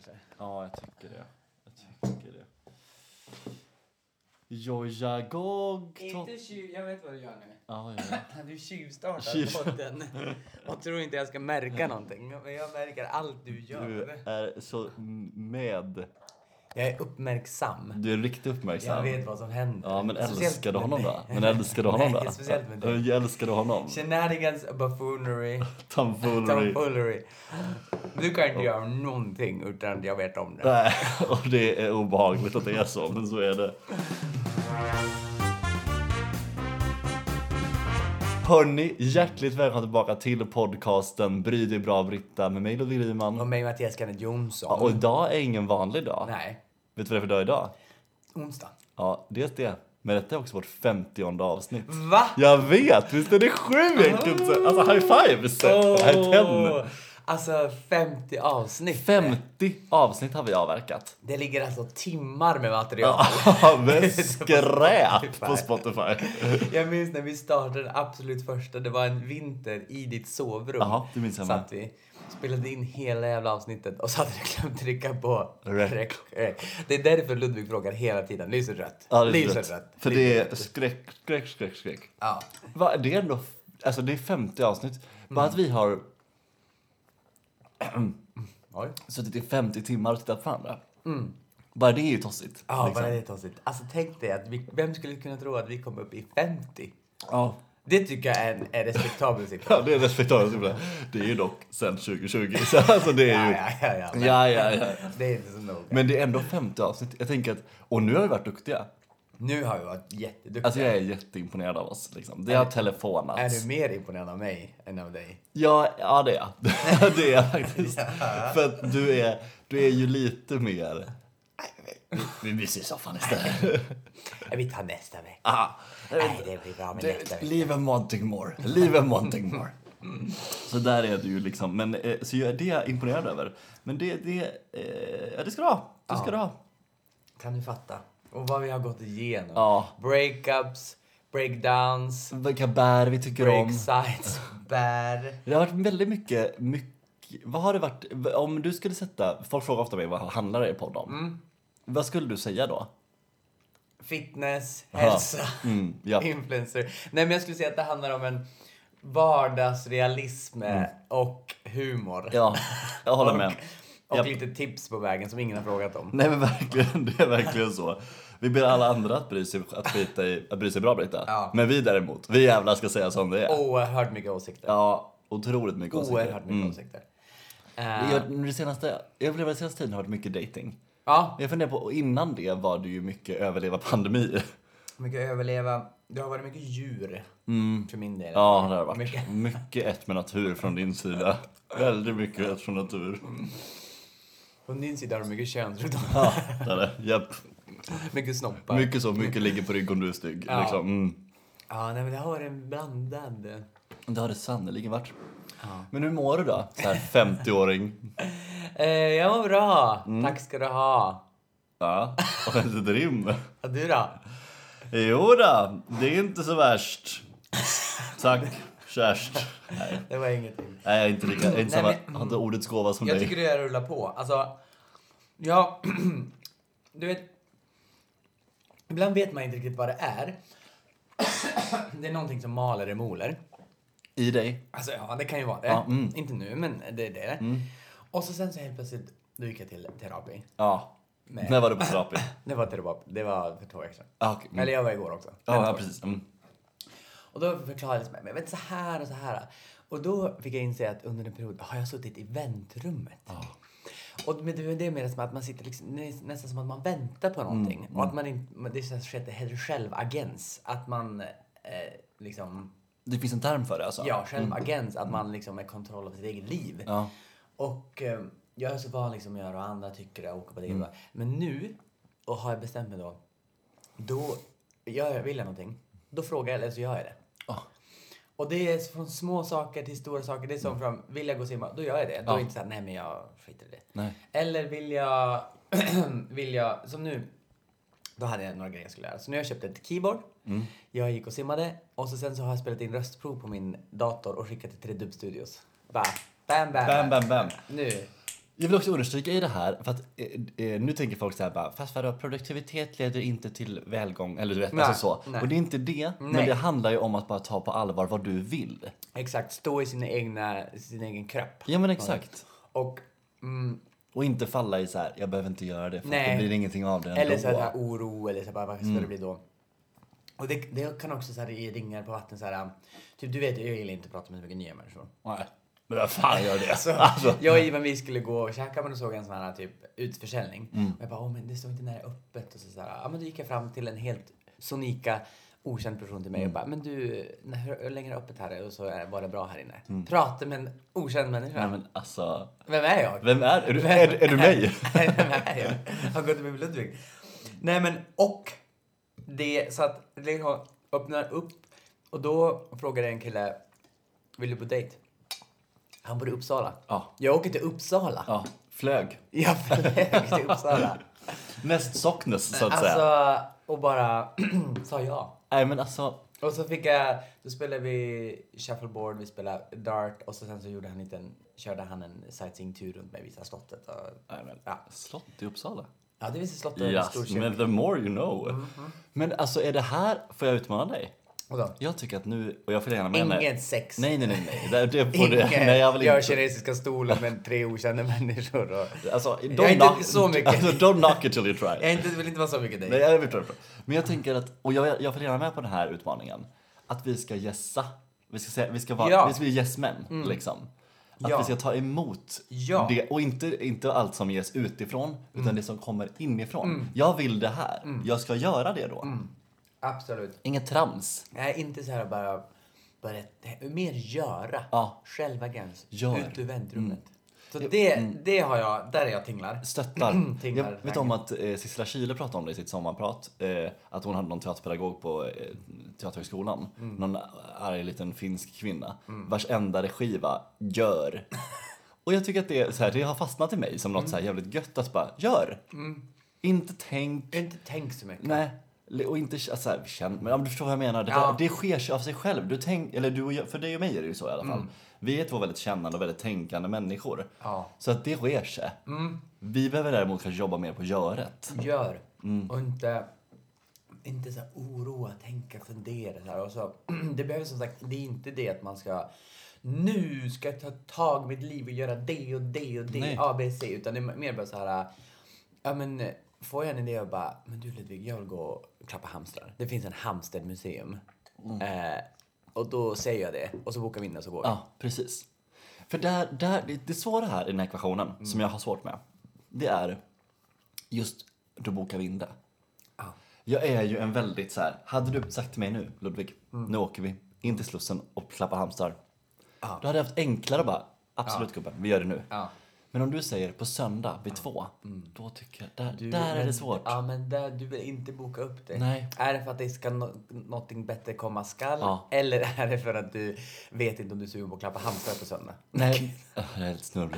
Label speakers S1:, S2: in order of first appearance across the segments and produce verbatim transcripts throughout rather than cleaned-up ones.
S1: kanske.
S2: Ja, jag tycker det. Jag tycker det. Jojagog.
S1: Inte tjuv, jag vet vad du gör nu.
S2: Ja, ja, ja.
S1: Du tjuvstartar
S2: Tjuv.
S1: podden och tror inte jag ska märka någonting. Men jag märker allt du gör.
S2: Du är så med.
S1: Jag är uppmärksam.
S2: Du är riktigt uppmärksam.
S1: Jag vet vad som händer.
S2: Ja, men
S1: Speciellt
S2: älskar du
S1: med
S2: honom
S1: dig.
S2: då? Men älskar du honom då?
S1: Nej, speciellt med dig.
S2: Jag älskar du honom?
S1: Shenanigans, buffoonery,
S2: Tomfoolery.
S1: tomfoolery. Du kan inte göra någonting utan att jag vet om det.
S2: Nej, och det är obehagligt att det är så, men så är det. Hörni, hjärtligt välkomna tillbaka till podcasten Bry dig bra Britta med mig Ludvig Ryman.
S1: Och mig Mattias Kenneth Jonsson.
S2: Ja, och idag är ingen vanlig dag.
S1: Nej,
S2: Vet du vad det är för dag idag?
S1: onsdag.
S2: Ja, det är det. Men detta är också vårt femtionde avsnitt.
S1: Va?
S2: Jag vet, visst är det sjukt? Oh. Alltså high fives!
S1: Oh.
S2: High ten.
S1: Alltså femtio avsnitt.
S2: femtio avsnitt har vi avverkat.
S1: Det ligger alltså timmar med material.
S2: Ja, men skräp på Spotify.
S1: Jag minns när vi startade absolut första. Det var en vinter i ditt sovrum.
S2: Jaha, det minns jag med.
S1: Satt vi, spelade in hela jävla avsnittet och så hade du glömt trycka på
S2: Rec.
S1: rec. rec. Det är därför Ludvig frågar hela tiden. Lyser rött.
S2: Ja, det är
S1: Lyser
S2: rätt.
S1: rött.
S2: För
S1: Lyser
S2: det är
S1: rött.
S2: skräck, skräck, skräck, skräck.
S1: Ja.
S2: Va, det är ändå, alltså det är femtio avsnitt. Bara att vi har
S1: Oj.
S2: suttit i femtio timmar och tittat på varandra.
S1: Mm.
S2: Bara det är ju tossigt.
S1: Ja,
S2: liksom.
S1: vad är det tossigt? Alltså tänk dig att vi, vem skulle kunna tro att vi kom upp i femtio?
S2: Ja.
S1: Det tycker jag är en är respektabel siffra.
S2: Ja, det är respektabelt. Det är ju dock sen tjugo tjugo. Så alltså det är ju...
S1: Ja, ja, ja, ja. Men
S2: Ja, ja, ja.
S1: det är inte så noga.
S2: Men det är ändå femtio avsnitt. Jag tänker att, och nu har vi varit duktiga.
S1: Nu har vi varit jätteduktiga.
S2: Alltså jag är jätteimponerad av oss. Liksom. Det har telefonats.
S1: Är du mer imponerad av mig än av dig?
S2: Ja, ja det är jag. Det är jag faktiskt. För att du är, du är ju lite mer... Vi myser i soffan istället.
S1: Vi tar nästa vecka.
S2: Ah,
S1: Nej, det blir bra med nästa vecka.
S2: Leave them wanting more. Leave them wanting more. Så där är du ju liksom. Men, eh, så jag, det är jag imponerad över. Men det, det, eh, ja, det ska du ha. Det ska
S1: Ja.
S2: du ha.
S1: Kan du fatta? Och vad vi har gått igenom.
S2: Ja.
S1: Breakups, breakdowns,
S2: Vilka bär vi tycker om.
S1: breaksides, bär.
S2: Det har varit väldigt mycket, mycket... Vad har det varit? Om du skulle sätta... Folk frågar ofta mig vad handlar er podd om.
S1: Mm.
S2: Vad skulle du säga då?
S1: Fitness,
S2: Aha.
S1: hälsa,
S2: Mm, ja.
S1: influencer. Nej, men jag skulle säga att det handlar om en vardagsrealism och humor.
S2: Ja, jag håller
S1: och,
S2: med.
S1: Och
S2: Japp.
S1: lite tips på vägen som ingen har frågat om.
S2: Nej men verkligen, det är verkligen så. Vi ber alla andra att bry sig, att bryta i, att bry sig bra, Britta.
S1: Ja.
S2: Men vi däremot, vi jävlar ska säga som det är.
S1: Oerhört mycket åsikter.
S2: Ja, otroligt mycket åsikter.
S1: Oerhört mycket
S2: Mm.
S1: åsikter.
S2: Jag,
S1: Uh,
S2: det senaste, jag upplever att senaste tiden har varit mycket dating.
S1: ja,
S2: Jag funderar på, och innan det var det ju mycket överleva pandemi.
S1: mycket överleva. Det har varit mycket djur
S2: Mm.
S1: för min del.
S2: Ja, det har varit.
S1: Mycket.
S2: Mycket ett med natur från din sida. Väldigt mycket ett från natur.
S1: Från din sida har du mycket könssjukdomar.
S2: Ja, det är det. Japp.
S1: Mycket snoppar.
S2: Mycket så, mycket ligger på rygg om du är stygg.
S1: Ja.
S2: Liksom. Mm.
S1: Ja, nej, men det har varit en blandad.
S2: Det har det sannoliken varit.
S1: Ja.
S2: Men hur mår du då? Så här femtio-åring.
S1: Eh, jag mår bra.
S2: Mm.
S1: Tack ska du ha.
S2: Ja, och ett litet rim.
S1: Och du då?
S2: Jo då, det är inte så värst. Tack, kärst. Nej,
S1: Det var ingenting.
S2: Nej jag är inte lika, jag är inte
S1: Nej,
S2: samma,
S1: men-
S2: har inte ordets gåva som
S1: Jag
S2: dig.
S1: tycker det rullar på. Alltså, ja, du vet, ibland vet man inte riktigt vad det är. Det är någonting som maler i moler.
S2: I dig?
S1: Alltså, ja, det kan ju vara det.
S2: Ja, mm.
S1: Inte nu, men det är det.
S2: Mm.
S1: Och så sen så helt plötsligt, då gick jag till terapi.
S2: Ja.
S1: Nej.
S2: När var du på terapi?
S1: Det var terapi. Det var för två veckor sedan.
S2: Ah, okay. mm.
S1: Eller jag var igår också.
S2: Ja,
S1: Men
S2: ja,
S1: två-
S2: precis. Mm.
S1: Och då förklarades det mig, men jag vet så här och så här. Och då fick jag inse att under en period har jag suttit i väntrummet.
S2: Ja.
S1: Och men det det är mer som att man sitter liksom, det är nästan som att man väntar på någonting.
S2: Mm,
S1: Och att man inte, det är så här, det heter självagens. Att man eh, liksom,
S2: Det finns en term för det alltså?
S1: ja, självagens. Att man liksom är kontroll över sitt eget liv.
S2: Ja.
S1: Och eh, jag är så van liksom att göra och andra tycker det, åka på det.
S2: Mm.
S1: Men nu, och har jag bestämt mig då, då gör jag, vill jag någonting. Då frågar jag eller så gör jag det.
S2: Ja.
S1: Och det är från små saker till stora saker. Det är som från, vill jag gå och simma, då gör jag det. Då är
S2: Ja.
S1: det inte så här, nej men jag skiter i det.
S2: Nej.
S1: Eller vill jag, vill jag, som nu, då hade jag några grejer jag skulle lära. Så nu har jag köpt ett keyboard.
S2: Mm.
S1: Jag gick och simmade. Och så sen så har jag spelat in röstprov på min dator och skickat till tre dubbstudios. Bara, bam, bam,
S2: Bam, bam, bam.
S1: Nu,
S2: Jag vill också understryka i det här, för att eh, eh, nu tänker folk så här bara, fast vadå, produktivitet leder inte till välgång, eller du vet,
S1: Nej,
S2: alltså så.
S1: nej.
S2: Och det är inte det,
S1: Nej.
S2: men det handlar ju om att bara ta på allvar vad du vill.
S1: Exakt, stå i sin, egna, sin egen kropp.
S2: Ja, men exakt.
S1: Och... Mm,
S2: Och inte falla i så här, jag behöver inte göra det, för
S1: Nej.
S2: det blir ingenting av det ändå.
S1: eller så här oro, eller så här, bara, vad ska
S2: Mm.
S1: det bli då? Och det, det kan också så här, i ringar på vatten så här, typ du vet, jag gillar inte att prata med så mycket nya människor.
S2: Nej. Men vad fan gör det?
S1: Så,
S2: Alltså.
S1: jag och Ivan, vi skulle gå och käka, men då såg jag en sån här typ utförsäljning.
S2: Mm.
S1: Och jag bara, åh men det står inte nära öppet. Och så, så här, ja men då gick jag fram till en helt sonika okänd person till mig
S2: Mm.
S1: och bara, men du, när, hur länge är det öppet här? Och så är- var det bra här inne.
S2: Mm.
S1: Prata med en okänd människa.
S2: Nej, men alltså,
S1: Vem är jag?
S2: vem är, är du? Är, är du mig?
S1: Vem är jag? Har gått med Ludvig. Nej men, och det, så att liksom öppnar upp och då frågade en kille, vill du på dejt? Han bor i Uppsala.
S2: Ja.
S1: Jag åker till Uppsala.
S2: Ja, flög.
S1: Jag flög till Uppsala.
S2: Mest socknes, så att
S1: Alltså,
S2: säga.
S1: och bara sa ja.
S2: Nej, men alltså,
S1: Och så fick jag, då spelade vi shuffleboard, vi spelade dart och så sen så gjorde han en liten, körde han en sightseeing-tur runt med vissa slottet. Och,
S2: nej, men,
S1: ja.
S2: slott i Uppsala.
S1: ja, det visste slottet.
S2: Yes,
S1: Stor
S2: men
S1: kyrka.
S2: the more you know.
S1: Mm-hmm.
S2: Men alltså, är det här, får jag utmana dig?
S1: Och då?
S2: Jag tycker att nu, och jag får gärna med mig.
S1: Inget sex.
S2: Nej, nej, nej, nej. Det, det får du,
S1: Ingen
S2: nej, jag vill
S1: gör
S2: inte.
S1: kinesiska stolen med tre okända människor. Och,
S2: Alltså,
S1: Jag är
S2: don't
S1: inte
S2: knock,
S1: så mycket.
S2: alltså, don't knock it till you try.
S1: jag är inte, vill inte vara så mycket dig.
S2: Nej, jag vill inte. Men jag tänker att, och jag, jag får gärna med på den här utmaningen. Att vi ska gässa. Vi ska, säga, vi ska vara,
S1: Ja.
S2: vi ska bli yes-män, liksom. Att
S1: Ja.
S2: vi ska ta emot
S1: Ja.
S2: det. Och inte, inte allt som ges utifrån, utan
S1: Mm.
S2: det som kommer inifrån. Jag vill det här. Jag ska göra det då.
S1: Mm. Absolut.
S2: Inget trams.
S1: Nej, inte så här bara, bara mer göra.
S2: Ja.
S1: Själva gräns.
S2: Gör.
S1: Ut ur väntrummet. Så
S2: Ja,
S1: det,
S2: mm.
S1: det har jag, där är jag tinglar.
S2: Stöttar.
S1: Tinglar,
S2: Jag vet om att eh, Sissela Kyle pratade om det i sitt sommarprat. Eh, att hon hade någon teaterpedagog på eh, Teaterhögskolan.
S1: Mm.
S2: Någon arg liten finsk kvinna. Vars enda regi var gör. Och jag tycker att det, är, så här, det har fastnat i mig som något så här jävligt gött att bara gör. Inte tänk.
S1: Inte tänk så mycket.
S2: Nej. Och inte alltså, här, känn, men om du förstår vad jag menar. Det,
S1: Ja.
S2: det sker sig av sig själv. Du tänk, eller du och jag, för dig och mig är det ju så i alla fall. Vi är två väldigt kännande och väldigt tänkande människor.
S1: Ja.
S2: Så att det sker sig. Vi behöver däremot kanske jobba mer på göret.
S1: Gör.
S2: Mm.
S1: Och inte, inte så här oroa, tänka, fundera. Så här. Och så, det behöver som sagt, det är inte det att man ska, nu ska jag ta tag i mitt liv och göra det och det och det,
S2: Nej.
S1: A, B, C. Utan det är mer bara så här, ja men får jag en idé och bara, men du Ludvig, jag vill gå och klappa hamstrar. Det finns en hamstermuseum. Eh, och då säger jag det. Och så bokar vi in och så går vi.
S2: Ja, precis. För där, där, det, det svåra här i den här ekvationen, som jag har svårt med, det är just, då bokar vi in det.
S1: Ja.
S2: Jag är ju en väldigt så här, hade du sagt till mig nu, Ludvig, nu åker vi in till Slussen och klappar hamstrar.
S1: Ja.
S2: Då hade jag haft enklare att bara, absolut gubben, vi gör det nu.
S1: Ja.
S2: Men om du säger på söndag vid två, då tycker jag, där,
S1: Du,
S2: där är
S1: men-
S2: det svårt.
S1: Ja, men där, du vill inte boka upp det.
S2: Nej.
S1: Är det för att det ska no- någonting bättre komma skall?
S2: Ja.
S1: Eller är det för att du vet inte om du är sugen på att klappa hamstrar på söndag?
S2: Nej. Jag är helt snurrig.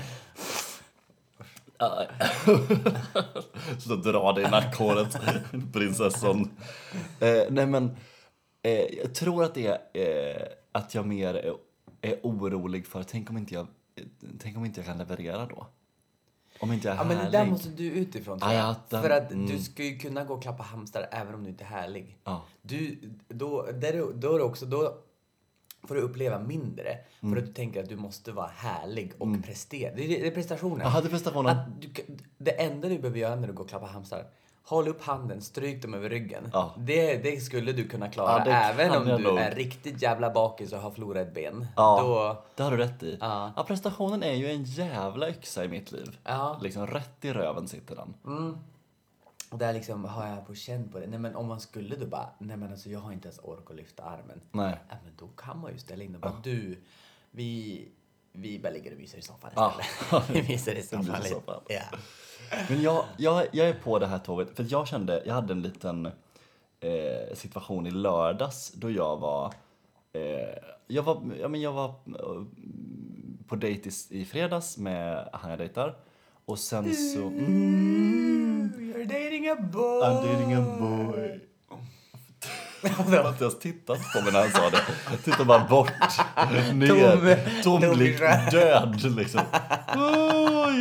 S2: Så dra dig i nackhåret, prinsessan. Eh, nej men, eh, jag tror att det är eh, att jag mer är, är orolig för, tänk om inte jag, eh, tänk om inte jag kan leverera då. Om inte jag är
S1: Ja, men det
S2: härlig.
S1: där måste du utifrån, tror
S2: Ja,
S1: jag.
S2: ja, den-
S1: För att
S2: mm.
S1: du ska ju kunna gå och klappa hamstrar även om du inte är härlig.
S2: Ja.
S1: Du, då, där, då är det också, då får du uppleva mindre.
S2: Mm.
S1: För att du tänker att du måste vara härlig och prestera. Det är, det är prestationen.
S2: Jaha, det är prestationen.
S1: Att du, kan- det enda du behöver göra när du går och klappar hamstrar, håll upp handen, stryk dem över ryggen.
S2: Ja.
S1: Det, det skulle du kunna klara.
S2: Ja, det
S1: även
S2: kan
S1: om
S2: jag
S1: du
S2: nog.
S1: är riktigt jävla bakis och har förlorat ett ben.
S2: Ja,
S1: Då,
S2: det har du rätt i.
S1: Ja.
S2: Ja, prestationen är ju en jävla yxa i mitt liv.
S1: ja.
S2: Liksom rätt i röven sitter den.
S1: Mm. Och där liksom har jag på känn på det. Nej, men om man skulle då bara, nej men alltså jag har inte ens ork att lyfta armen.
S2: Nej.
S1: Ja, men då kan man ju ställa in och bara, du, vi, vi bara ligger och myser i soffan
S2: Ja.
S1: istället. vi myser i
S2: myser i
S1: soffan.
S2: soffan.
S1: Ja.
S2: Men jag, jag, jag är på det här tåget, för jag kände, jag hade en liten eh, situation i lördags då jag var, eh, jag var, ja men jag var eh, på dejt i, i fredags med han jag dejtar. Och sen så, mm,
S1: You're dating a boy.
S2: I'm dating a boy. Jag har inte ens tittat på mig när han sa det. Jag tittar bara bort, ner,
S1: Tom-
S2: tom
S1: tom
S2: blick,
S1: blick.
S2: död liksom. Oh,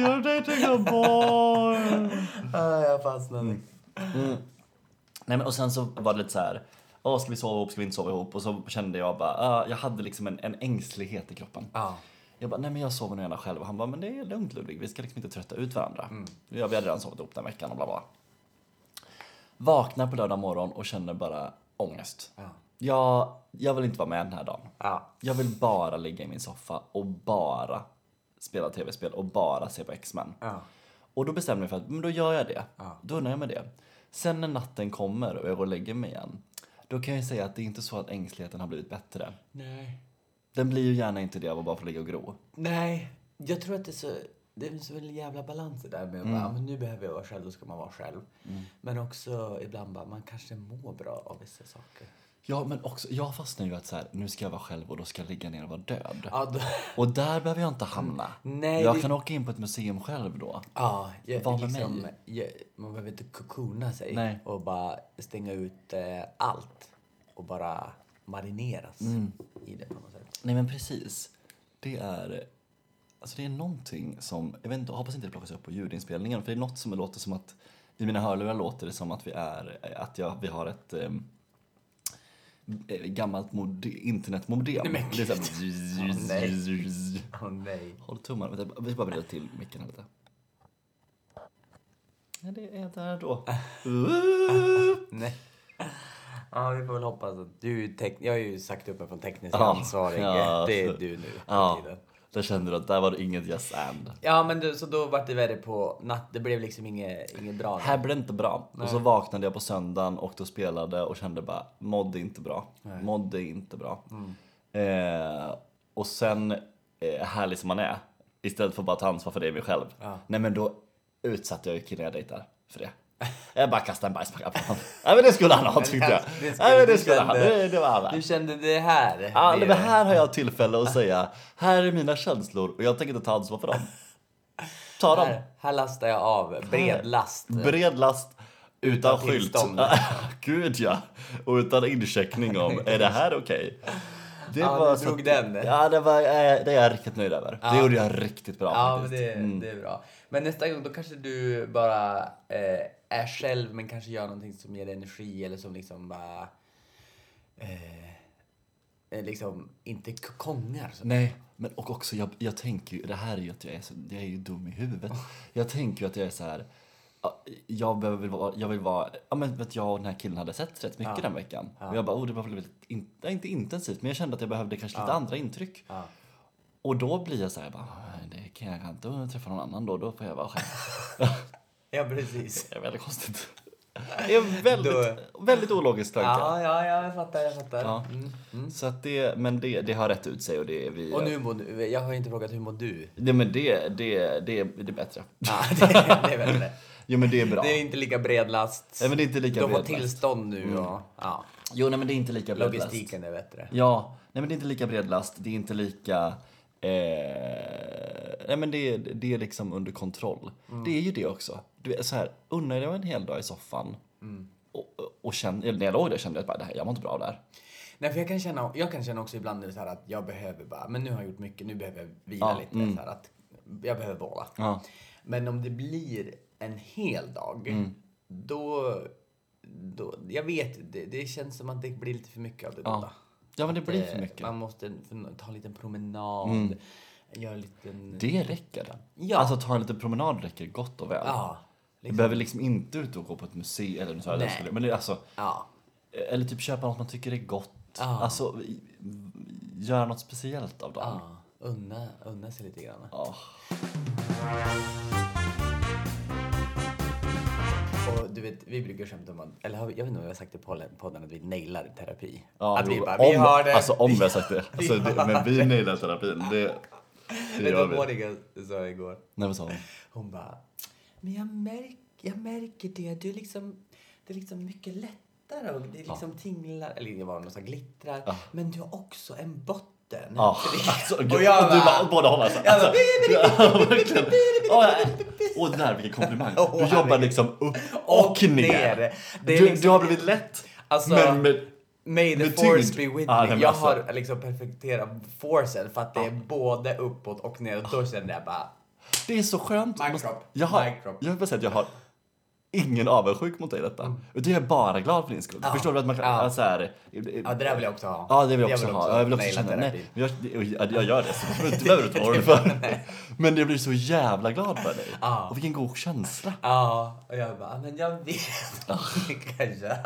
S2: you're dating a boy.
S1: Ah, jag fastnade.
S2: Mm. Mm. Nej, men och sen så var det lite så här, åh, ska vi sova ihop, ska vi inte sova ihop? Och så kände jag bara, ah, jag hade liksom en, en ängslighet i kroppen.
S1: Ah.
S2: Jag bara, nej men jag sover nog gärna själv. Och han bara, men det är lugnt Ludvig, vi ska liksom inte trötta ut varandra.
S1: Mm.
S2: Jag hade redan sovit ihop den veckan och bla bla. Vaknar på lördag morgon och känner bara ångest.
S1: Ah.
S2: Jag, jag vill inte vara med den här dagen.
S1: Ah.
S2: Jag vill bara ligga i min soffa och bara spela tv-spel och bara se på X-Men.
S1: Ah.
S2: Och då bestämde jag för att, men då gör jag det.
S1: Ah.
S2: Då nöjer jag med det. Sen när natten kommer och jag går och lägger mig igen, då kan jag säga att det är inte så att ängsligheten har blivit bättre.
S1: Nej.
S2: Den blir ju gärna inte det av att bara få ligga och gro.
S1: Nej, jag tror att det är så, det är så väl jävla balans där med att
S2: Mm.
S1: bara, men nu behöver jag vara själv, då ska man vara själv.
S2: Mm.
S1: Men också ibland bara, man kanske mår bra av vissa saker.
S2: Ja, men också, jag fastnar ju att så här, nu ska jag vara själv och då ska jag ligga ner och vara död.
S1: Ja, då,
S2: Och där behöver jag inte hamna.
S1: nej,
S2: Jag
S1: det-
S2: kan åka in på ett museum själv då.
S1: ja, jag,
S2: Var med
S1: liksom,
S2: mig.
S1: jag, man behöver inte kokona sig
S2: Nej.
S1: och bara stänga ut eh, allt och bara marineras
S2: Mm.
S1: i det på något sätt.
S2: Nej, men precis. Det är, alltså det är någonting som, jag vet inte, jag hoppas inte det plockas upp på ljudinspelningen. För det är något som låter som att, i mina hörlurar låter det som att vi är, att jag, vi har ett eh, gammalt mod, internetmodem.
S1: Nej, men
S2: Det är så
S1: Åh, nej.
S2: här,
S1: Åh nej.
S2: håll tummarna, vänta, vi bara vrider till micken här lite. Ja, det är där då.
S1: Nej. Ja, vi får väl hoppas att du, tek- jag har ju sagt upp mig från teknisk
S2: Ja,
S1: ansvarig.
S2: ja,
S1: det är
S2: så-
S1: du nu.
S2: Ja,
S1: Tiden.
S2: där kände du att där var det inget yes and.
S1: Ja, men du, så då var det värre på natt. Det blev liksom inget, inget bra.
S2: Här blev det inte bra.
S1: Nej.
S2: Och så vaknade jag på söndagen och då spelade och kände bara, mådde inte bra.
S1: Nej.
S2: Mådde inte bra.
S1: Mm.
S2: Eh, och sen, eh, härlig som man är, istället för att bara ta ansvar för det i mig själv.
S1: Ja.
S2: Nej, men då utsatte jag ju killen jag dejtar för det. Jag bara kastade en bajsmacka på honom. Nej, men det skulle han ha, tyckte jag.
S1: Det skulle-
S2: Nej, men det
S1: du
S2: skulle han.
S1: kände-
S2: Det, det var han.
S1: Du kände det här?
S2: Ja,
S1: det,
S2: men här har jag tillfälle att säga, här är mina känslor och jag tänker inte ta ansvar för dem. Ta dem.
S1: här, här lastar jag av. Bred last.
S2: Bred last utan,
S1: Utan
S2: skylt.
S1: tillstånd.
S2: Gud ja. Och utan incheckning om, är det här okej? Det
S1: Ja, du
S2: så
S1: drog
S2: att-
S1: den.
S2: Ja, det, var, eh, det är jag riktigt nöjd över.
S1: Ja.
S2: Det gjorde jag riktigt bra
S1: Ja, men
S2: faktiskt.
S1: det,
S2: Mm.
S1: det är bra. Men nästa gång då kanske du bara eh, är själv men kanske gör någonting som ger dig energi eller som liksom bara eh, eh, liksom inte k- kongar. Så.
S2: Nej, men och också jag, jag tänker ju, det här är ju att jag är, så, jag är ju dum i huvudet. Jag tänker ju att jag är så här. ja, Jag behöver vill vara, jag vill vara, ja men vet jag och den här killen hade sett rätt mycket
S1: Ja.
S2: den veckan.
S1: Ja.
S2: Och jag bara, oh det var väldigt, in, inte intensivt, men jag kände att jag behövde kanske lite
S1: Ja.
S2: andra intryck.
S1: Ja.
S2: Och då blir jag så här, bara, "Nej, det kan jag inte, om jag träffar någon annan då, då får jag vara själv."
S1: ja, precis.
S2: Det är väldigt konstigt. Det är väldigt, väldigt ologiskt tanke.
S1: Ja, ja, ja, jag fattar, jag fattar.
S2: Ja.
S1: Mm, mm.
S2: Så att det, men det, det har rätt ut sig och det är vi.
S1: Och nu mår du, jag har inte frågat hur mår du?
S2: Det, men det, det, det, det är bättre.
S1: Ja, det, det är väl det.
S2: Jo men det är bra.
S1: Det är inte lika bred last.
S2: Nej, men det är inte lika
S1: Du har
S2: bred
S1: fått
S2: last.
S1: tillstånd nu
S2: Mm.
S1: och ja,
S2: Jo nej men det är inte lika bred last.
S1: logistiken är bättre.
S2: Ja, nej men det är inte lika bred last. Det är inte lika... Eh, nej men det är, det är liksom under kontroll.
S1: Mm.
S2: Det är ju det också. Du vet så här, unnar jag en hel dag i soffan.
S1: Mm.
S2: Och, och kände, när jag låg där kände jag att bara, det här, jag mår inte bra där.
S1: Nej, för jag kan känna, jag kan känna också ibland så här att jag behöver bara, men nu har jag gjort mycket, nu behöver jag vila
S2: Ja,
S1: lite.
S2: mm.
S1: Så här att jag behöver båda.
S2: Ja.
S1: Men om det blir en hel dag,
S2: Mm.
S1: då, då, jag vet, det, det känns som att det blir lite för mycket av det
S2: Ja.
S1: goda.
S2: Ja men det blir
S1: Eh,
S2: för mycket.
S1: Man måste ta en liten promenad,
S2: Mm.
S1: göra en liten...
S2: Det räcker.
S1: Ja.
S2: Alltså ta en liten promenad räcker gott och väl.
S1: Ja.
S2: Du behöver liksom inte ut och gå på ett museum eller så här,
S1: Nej.
S2: det skulle- men det är alltså,
S1: Ja.
S2: eller typ köpa något man tycker är gott.
S1: Ja.
S2: Alltså i- göra något speciellt av dagen.
S1: Ja. Unna, unna sig lite grann.
S2: Ja.
S1: Och du vet, vi brukar skämta om att, eller har vi- jag vet inte om jag har sagt det på podden att vi nailar terapi.
S2: Ja,
S1: att vi
S2: jo,
S1: bara,
S2: om,
S1: vi har det.
S2: Alltså om vi har sagt det. Alltså,
S1: Vi
S2: det
S1: har
S2: men vi
S1: det.
S2: nailar terapin. Det, det
S1: Vet du
S2: gör
S1: vad
S2: vi.
S1: Monica sa igår?
S2: Nej, vad sa hon?
S1: Hon bara, men jag, märk, jag märker det, du är liksom, det är liksom mycket lättare och det är liksom tinglar, eller det var något som glittrar,
S2: Ja.
S1: men du har också en botten.
S2: Ja,
S1: För det-
S2: alltså, gud,
S1: och jag
S2: och du
S1: bara-
S2: bara, båda håller så.
S1: Jag bara,
S2: Alltså, ja, verkligen. Åh, ja. Åh, där, vilken komplimang.
S1: Åh,
S2: Du jobbar
S1: herregud.
S2: liksom upp och,
S1: Och
S2: ner.
S1: ner. Det är
S2: Du,
S1: liksom-
S2: du har blivit lätt,
S1: Alltså,
S2: men med,
S1: May the
S2: med
S1: force
S2: tyngd.
S1: be with
S2: Ja,
S1: me.
S2: nej, men
S1: jag
S2: alltså-
S1: har liksom perfekterat forcen för att det är både uppåt och ner. Och då kände jag bara,
S2: Det är så skönt.
S1: Mic drop.
S2: Jag har,
S1: Mic drop.
S2: jag vill bara säga att jag har ingen avundsjuk mot dig detta. Mm. Utan jag är bara glad för din skull.
S1: Ja.
S2: Förstår du att man kan...
S1: Ja.
S2: Alltså här,
S1: Ja, det där vill jag också ha.
S2: Ja, det vill jag också ha. Jag vill också känna... Nej, jag, jag, jag gör det, så det behöver du inte vara för. Men jag blir så jävla glad för dig.
S1: Ja.
S2: Och vilken god känsla.
S1: Ja, och jag bara, men jag vet kanske.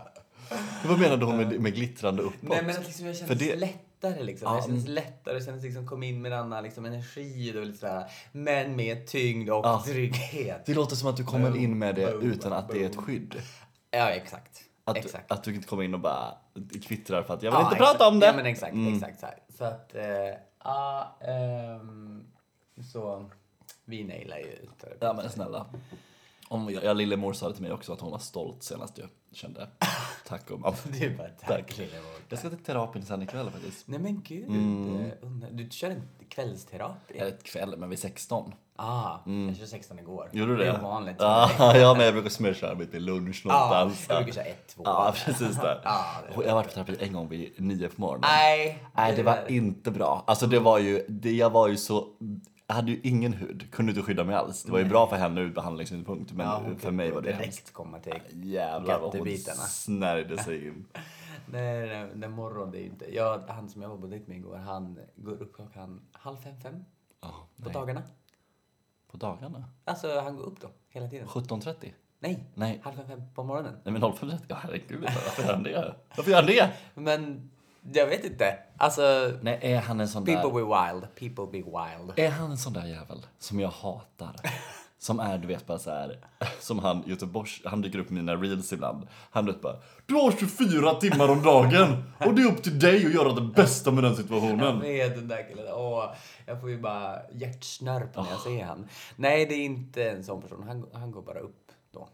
S2: Vad menade hon med, med glittrande uppåt?
S1: Nej, men att liksom jag känns
S2: det...
S1: lättare liksom.
S2: Ja,
S1: Jag känns
S2: mm.
S1: lättare, jag känns liksom kom in med en annan liksom energi och lite sådär. Men med tyngd och
S2: Ja.
S1: trygghet.
S2: Det låter som att du kommer in med det utan att det är ett skydd.
S1: Ja, exakt.
S2: Att,
S1: exakt.
S2: att du inte kommer in och bara kvittrar för att jag vill
S1: Ja,
S2: inte
S1: exakt.
S2: prata om det.
S1: Ja, men exakt,
S2: Mm.
S1: exakt så här. Så att, eh, ja, ehm, så vi nailar ju ut det.
S2: Ja, men snälla. Om jag, jag lillemor sa det till mig också att hon var stolt senast jag kände. Tack och mamma.
S1: Du bara, tack,
S2: Tack.
S1: lillemor.
S2: Jag ska till terapin sen ikväll faktiskt.
S1: Nej men gud,
S2: Mm.
S1: eh, undrar- du kör en kvällsterapi?
S2: Eller ett kväll, men vid sexton.
S1: Ah, jag körde sexton igår.
S2: Gjorde du det?
S1: Det är ovanligt.
S2: Ja, ja, men jag brukar smörja mig till lunch
S1: Ja,
S2: någonstans.
S1: jag brukar köra ett, två.
S2: Ja, precis där.
S1: Ja, det-
S2: Och jag har varit på terapi en gång vid nio på morgonen.
S1: Nej.
S2: Nej, det var inte bra. Alltså det var ju, det, jag var ju så, jag hade ju ingen hud, kunde inte skydda mig alls. Det var ju bra för henne ur behandlingssynpunkt, men
S1: Ja, hon
S2: för mig var det
S1: direkt
S2: hemskt.
S1: komma till
S2: Jävlar vad hon
S1: göttebitarna.
S2: snärjde sig in.
S1: Nej, nej, den morgon det är ju inte. Jag, han som jag var på dejt med igår, han går upp klockan halv fem, fem
S2: Oh,
S1: på dagarna.
S2: På dagarna?
S1: Alltså han går upp då, hela tiden.
S2: sjutton trettio?
S1: Nej,
S2: Nej.
S1: halv fem, fem på morgonen.
S2: Nej men noll fem trettio? Ja herregud, varför gör han det? Varför gör han det?
S1: Men jag vet inte. Alltså,
S2: Nej, är han en sån
S1: people
S2: där...
S1: be wild. People be wild.
S2: Är han en sån där jävel som jag hatar? Som är, du vet, bara så här, som han Göteborgs, han dyker upp i mina reels ibland. Han vet bara, du har tjugofyra timmar om dagen och det är upp till dig att göra det bästa med den
S1: Jag
S2: situationen.
S1: vet den där killen. Åh, jag får ju bara hjärtsnörp när jag ser han. Nej, det är inte en sån person. Han, han går bara upp då.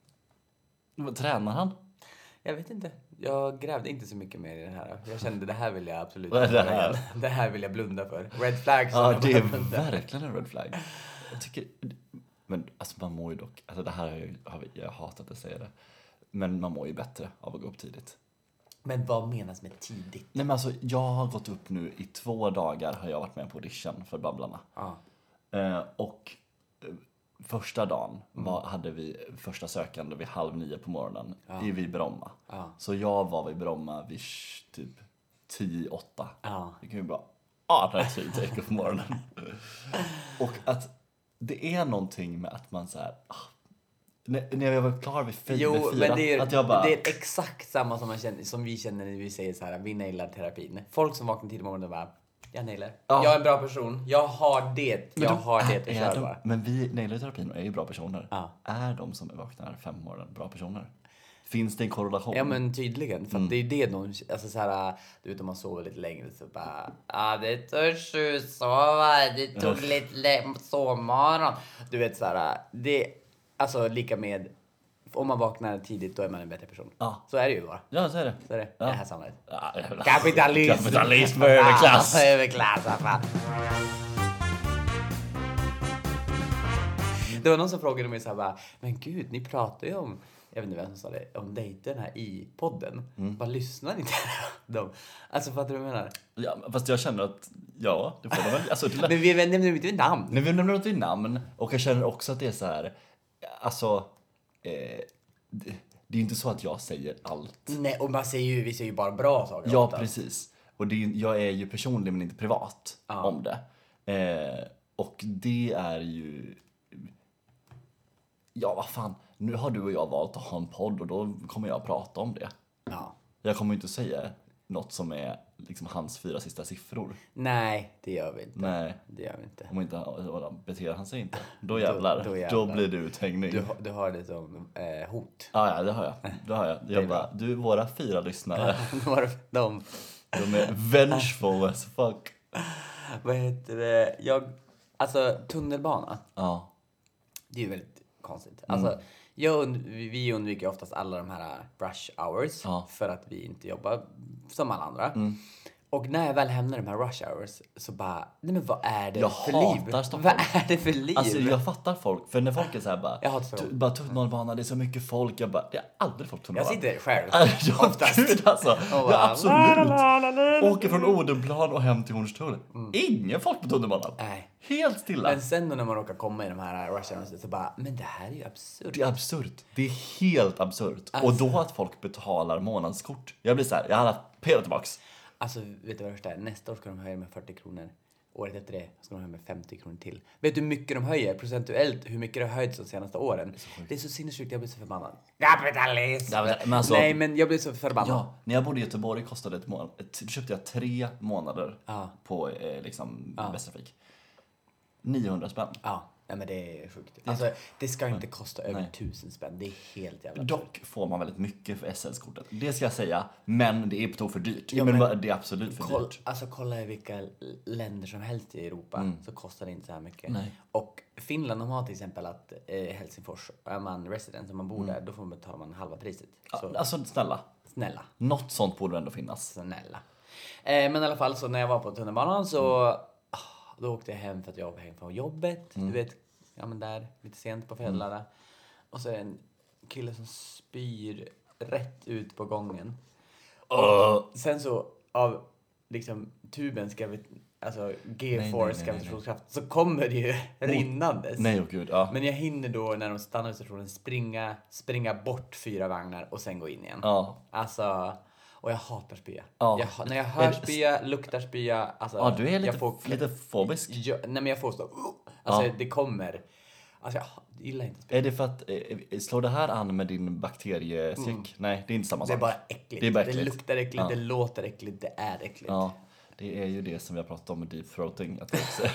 S2: Vad tränar han?
S1: Jag vet inte. Jag grävde inte så mycket mer i det här. Jag kände det här vill jag absolut
S2: Vad är det
S1: inte göra
S2: här?
S1: igen. Det här vill jag blunda för. Red flag. som
S2: Ja,
S1: jag
S2: det är
S1: bara blundar.
S2: verkligen en red flag. Jag tycker, men alltså man mår ju dock, alltså det här har jag, har vi- jag hatat att säga det. Men man mår ju bättre av att gå upp tidigt.
S1: Men vad menas med tidigt?
S2: Nej men alltså, jag har gått upp nu i två dagar har jag varit med på audition för Babblarna.
S1: Ja.
S2: Eh, och eh, första dagen var, hade vi första sökande vid halv nio på morgonen i vid Bromma.
S1: Ja.
S2: Så jag var vid Bromma vid sh- typ tio, åtta.
S1: Ja.
S2: Det kan ju bara, ja det är tid att gå på morgonen. Och att det är någonting med att man så här, ah, när, när jag var klar vid fyra,
S1: Jo,
S2: vid fyra
S1: men det är,
S2: att jag bara,
S1: det är exakt samma som, man känner, som vi känner när vi säger så här, vi nailar terapin. Folk som vaknar tidigt på morgonen och bara, jag nailar.
S2: Ja.
S1: Jag är en bra person. Jag har det.
S2: men
S1: Jag
S2: de-
S1: har det.
S2: är,
S1: Jag
S2: är
S1: kör
S2: de,
S1: bara.
S2: men vi nailar terapin och är ju bra personer.
S1: Ja.
S2: Är de som vaknar fem på morgonen bra personer? Finns det en korrelation?
S1: Ja men tydligen, för
S2: Mm.
S1: att det är ju det de, alltså så här, du vet om man sover lite längre så bara, ja det tog sju sova, det tog lite lä- sovmorgon. Du vet så här, det, alltså lika med, om man vaknar tidigt då är man en bättre person.
S2: Ja.
S1: Så är det ju bara.
S2: Ja, så är det.
S1: Så är det,
S2: Ja.
S1: det här samhället.
S2: Ja, jävlar.
S1: Kapitalism!
S2: Kapitalism och överklass.
S1: Ja, överklass, vad fan. Det var någon som frågade mig så här bara, men gud, ni pratar ju om, jag vet inte vem som sa det, om dejterna i podden.
S2: Mm.
S1: Bara lyssnar inte de? Alltså, fattar du vad jag menar?
S2: Ja, fast jag känner att, ja, det får man väl. Alltså, det,
S1: Men vi nämner inte vid namn.
S2: när vi nämner något vid namn, och jag känner också att det är så här, alltså, eh, det, det är ju inte så att jag säger allt.
S1: Nej, och man säger ju, vi säger ju bara bra saker.
S2: Ja,
S1: ofta.
S2: precis. Och det, är- jag är ju personlig men inte privat
S1: Ja.
S2: om det. Eh, och det är ju... Ja, vad fan. Nu har du och jag valt att ha en podd och då kommer jag prata om det.
S1: Ja.
S2: Jag kommer inte säga något som är liksom hans fyra sista siffror.
S1: Nej, det gör vi inte.
S2: Nej.
S1: Det gör vi inte.
S2: Om inte han- beter han sig inte, då jävlar.
S1: då
S2: Då,
S1: jävlar.
S2: blir det uthängning.
S1: Du, har- du har det som eh, hot.
S2: Ja, ja, det har jag. Det har jag.
S1: är
S2: jag
S1: bra.
S2: bara, du, våra fyra lyssnare,
S1: Då var det de.
S2: de är vengeful as fuck.
S1: Vad heter det? Jag, alltså, tunnelbana.
S2: Ja.
S1: Det är ju väldigt konstigt. Alltså, jag und- vi vi undviker oftast alla de här rush hours.
S2: Ja.
S1: För att vi inte jobbar som alla andra. Och när jag väl hamnar i de här rush hours så bara, nej men vad är det
S2: Jag
S1: för
S2: hatar
S1: liv?
S2: Stockholm.
S1: Vad är det för liv?
S2: Alltså jag fattar folk, för när folk är så här bara,
S1: Jag hatar Stockholm.
S2: tu- bara tunnelbana, det är så mycket folk, jag bara, det är aldrig folk
S1: jag
S2: tunnelbana.
S1: sitter själv.
S2: Ja,
S1: oftast.
S2: gud alltså.
S1: Och
S2: Ja,
S1: bara,
S2: absolut. Åker från Odenplan och hem till Hornstull. Ingen folk på tunnelbanan.
S1: Nej.
S2: Helt stilla.
S1: Men sen då när man råkar komma i de här rush hours så bara, men det här är ju absurt.
S2: Det är absurt. Det är helt absurt.
S1: Alltså.
S2: Och då att folk betalar månadskort. Jag blir så här, jag hade pelat tillbaks.
S1: Alltså, vet du vad det är? Nästa år ska de höja med fyrtio kronor. Året efter det ska de höja med femtio kronor till. Vet du hur mycket de höjer? Procentuellt, hur mycket det har höjts de senaste åren? Det är så sinnessjukt, jag blir så förbannad. Kapitalism!
S2: Ja, men alltså-
S1: Nej, men jag blir så förbannad.
S2: Ja, när jag bodde i Göteborg kostade ett månad, ett, köpte jag tre månader
S1: Ja.
S2: på eh, liksom
S1: Ja.
S2: Västtrafik. niohundra spänn.
S1: Ja, nej, men det är sjukt. Alltså, det ska inte kosta över
S2: Nej.
S1: tusen spänn. Det är helt jävla absurt.
S2: Dock får man väldigt mycket för S L-kortet. Det ska jag säga, men det är på tok för dyrt.
S1: Ja,
S2: men,
S1: men-
S2: det är absolut för
S1: Koll,
S2: dyrt.
S1: alltså kolla i vilka länder som helst i Europa så kostar det inte så här mycket.
S2: Nej.
S1: Och Finland, de har till exempel att eh, Helsingfors, är man resident, om man bor där, då får man betala man halva priset. Så
S2: Ja, alltså snälla,
S1: snälla,
S2: något sånt borde ändå finnas.
S1: snälla. Eh, men i alla fall så när jag var på tunnelbanan så ah, då åkte jag hem för att jag var hem från jobbet. Du vet, ja men där, lite sent på kvällarna. Och så är det en kille som spyr rätt ut på gången. Och sen så av liksom tubens gravi- alltså
S2: nej,
S1: G-force
S2: nej,
S1: gravitationskraft så kommer det ju rinnandes.
S2: Nej och gud, ja.
S1: Men jag hinner då när de stannar vid stationen springa, springa bort fyra vagnar och sen gå in igen.
S2: Ja.
S1: Alltså, och jag hatar spya.
S2: Ja.
S1: Jag, ha- när jag
S2: Är
S1: hör
S2: det-
S1: spya, luktar spya, alltså.
S2: Ja, du är lite,
S1: jag får,
S2: lite fobisk.
S1: jag, nej men jag får så, alltså
S2: Ja.
S1: det kommer. Alltså jag gillar inte spya.
S2: Är det för att, eh, slår det här an med din bakterieskräck? Nej, det är inte samma
S1: Mm. Det är
S2: sak.
S1: bara äckligt.
S2: Det är bara
S1: det
S2: äckligt.
S1: luktar äckligt,
S2: Ja.
S1: det låter äckligt, det är äckligt.
S2: Ja, det är ju det som vi har pratat om med deep throating. Att det också...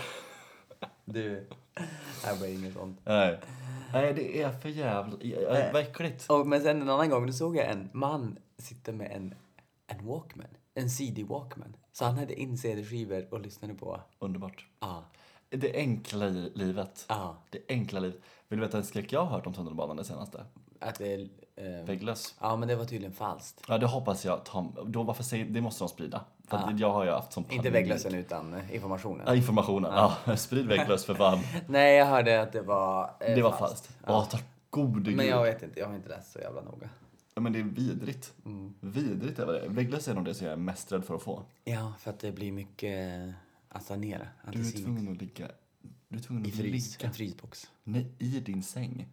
S1: Du, här var inget sånt.
S2: Nej. Nej, det är för jävla... Ja, vad äckligt.
S1: Och, men sen en annan gång, då såg jag en man sitta med en, en Walkman. En C D Walkman. Så han hade in C D-skivor och lyssnade på.
S2: Underbart.
S1: Ja.
S2: Det enkla i livet.
S1: Ja.
S2: Det enkla livet. Vill du veta en skräck jag har hört om tunnelbanan det senaste?
S1: Att det är... Eh,
S2: Vägglöss.
S1: ja, men det var tydligen falskt.
S2: Ja, det hoppas jag. Tom, då varför säger, det måste de sprida. För att
S1: Ja.
S2: jag har ju haft sån
S1: Inte
S2: panik.
S1: vägglössen utan eh, informationen.
S2: Ja, informationen. Ja. Sprid vägglöss för fan.
S1: Nej, jag hörde att det var eh,
S2: Det var falskt. Ja, tack gode
S1: Men
S2: gud.
S1: jag vet inte, jag har inte läst så jävla noga.
S2: Ja, men det är vidrigt.
S1: Mm.
S2: Vidrigt är det. Vägglöss är nog det som jag är mest rädd för att få.
S1: Ja, för att det blir mycket eh, att sanera.
S2: Du är
S1: Antisim.
S2: tvungen att ligga... Du är tvungen
S1: I
S2: att
S1: frys,
S2: ligga
S1: en frysbox.
S2: nej, i din säng.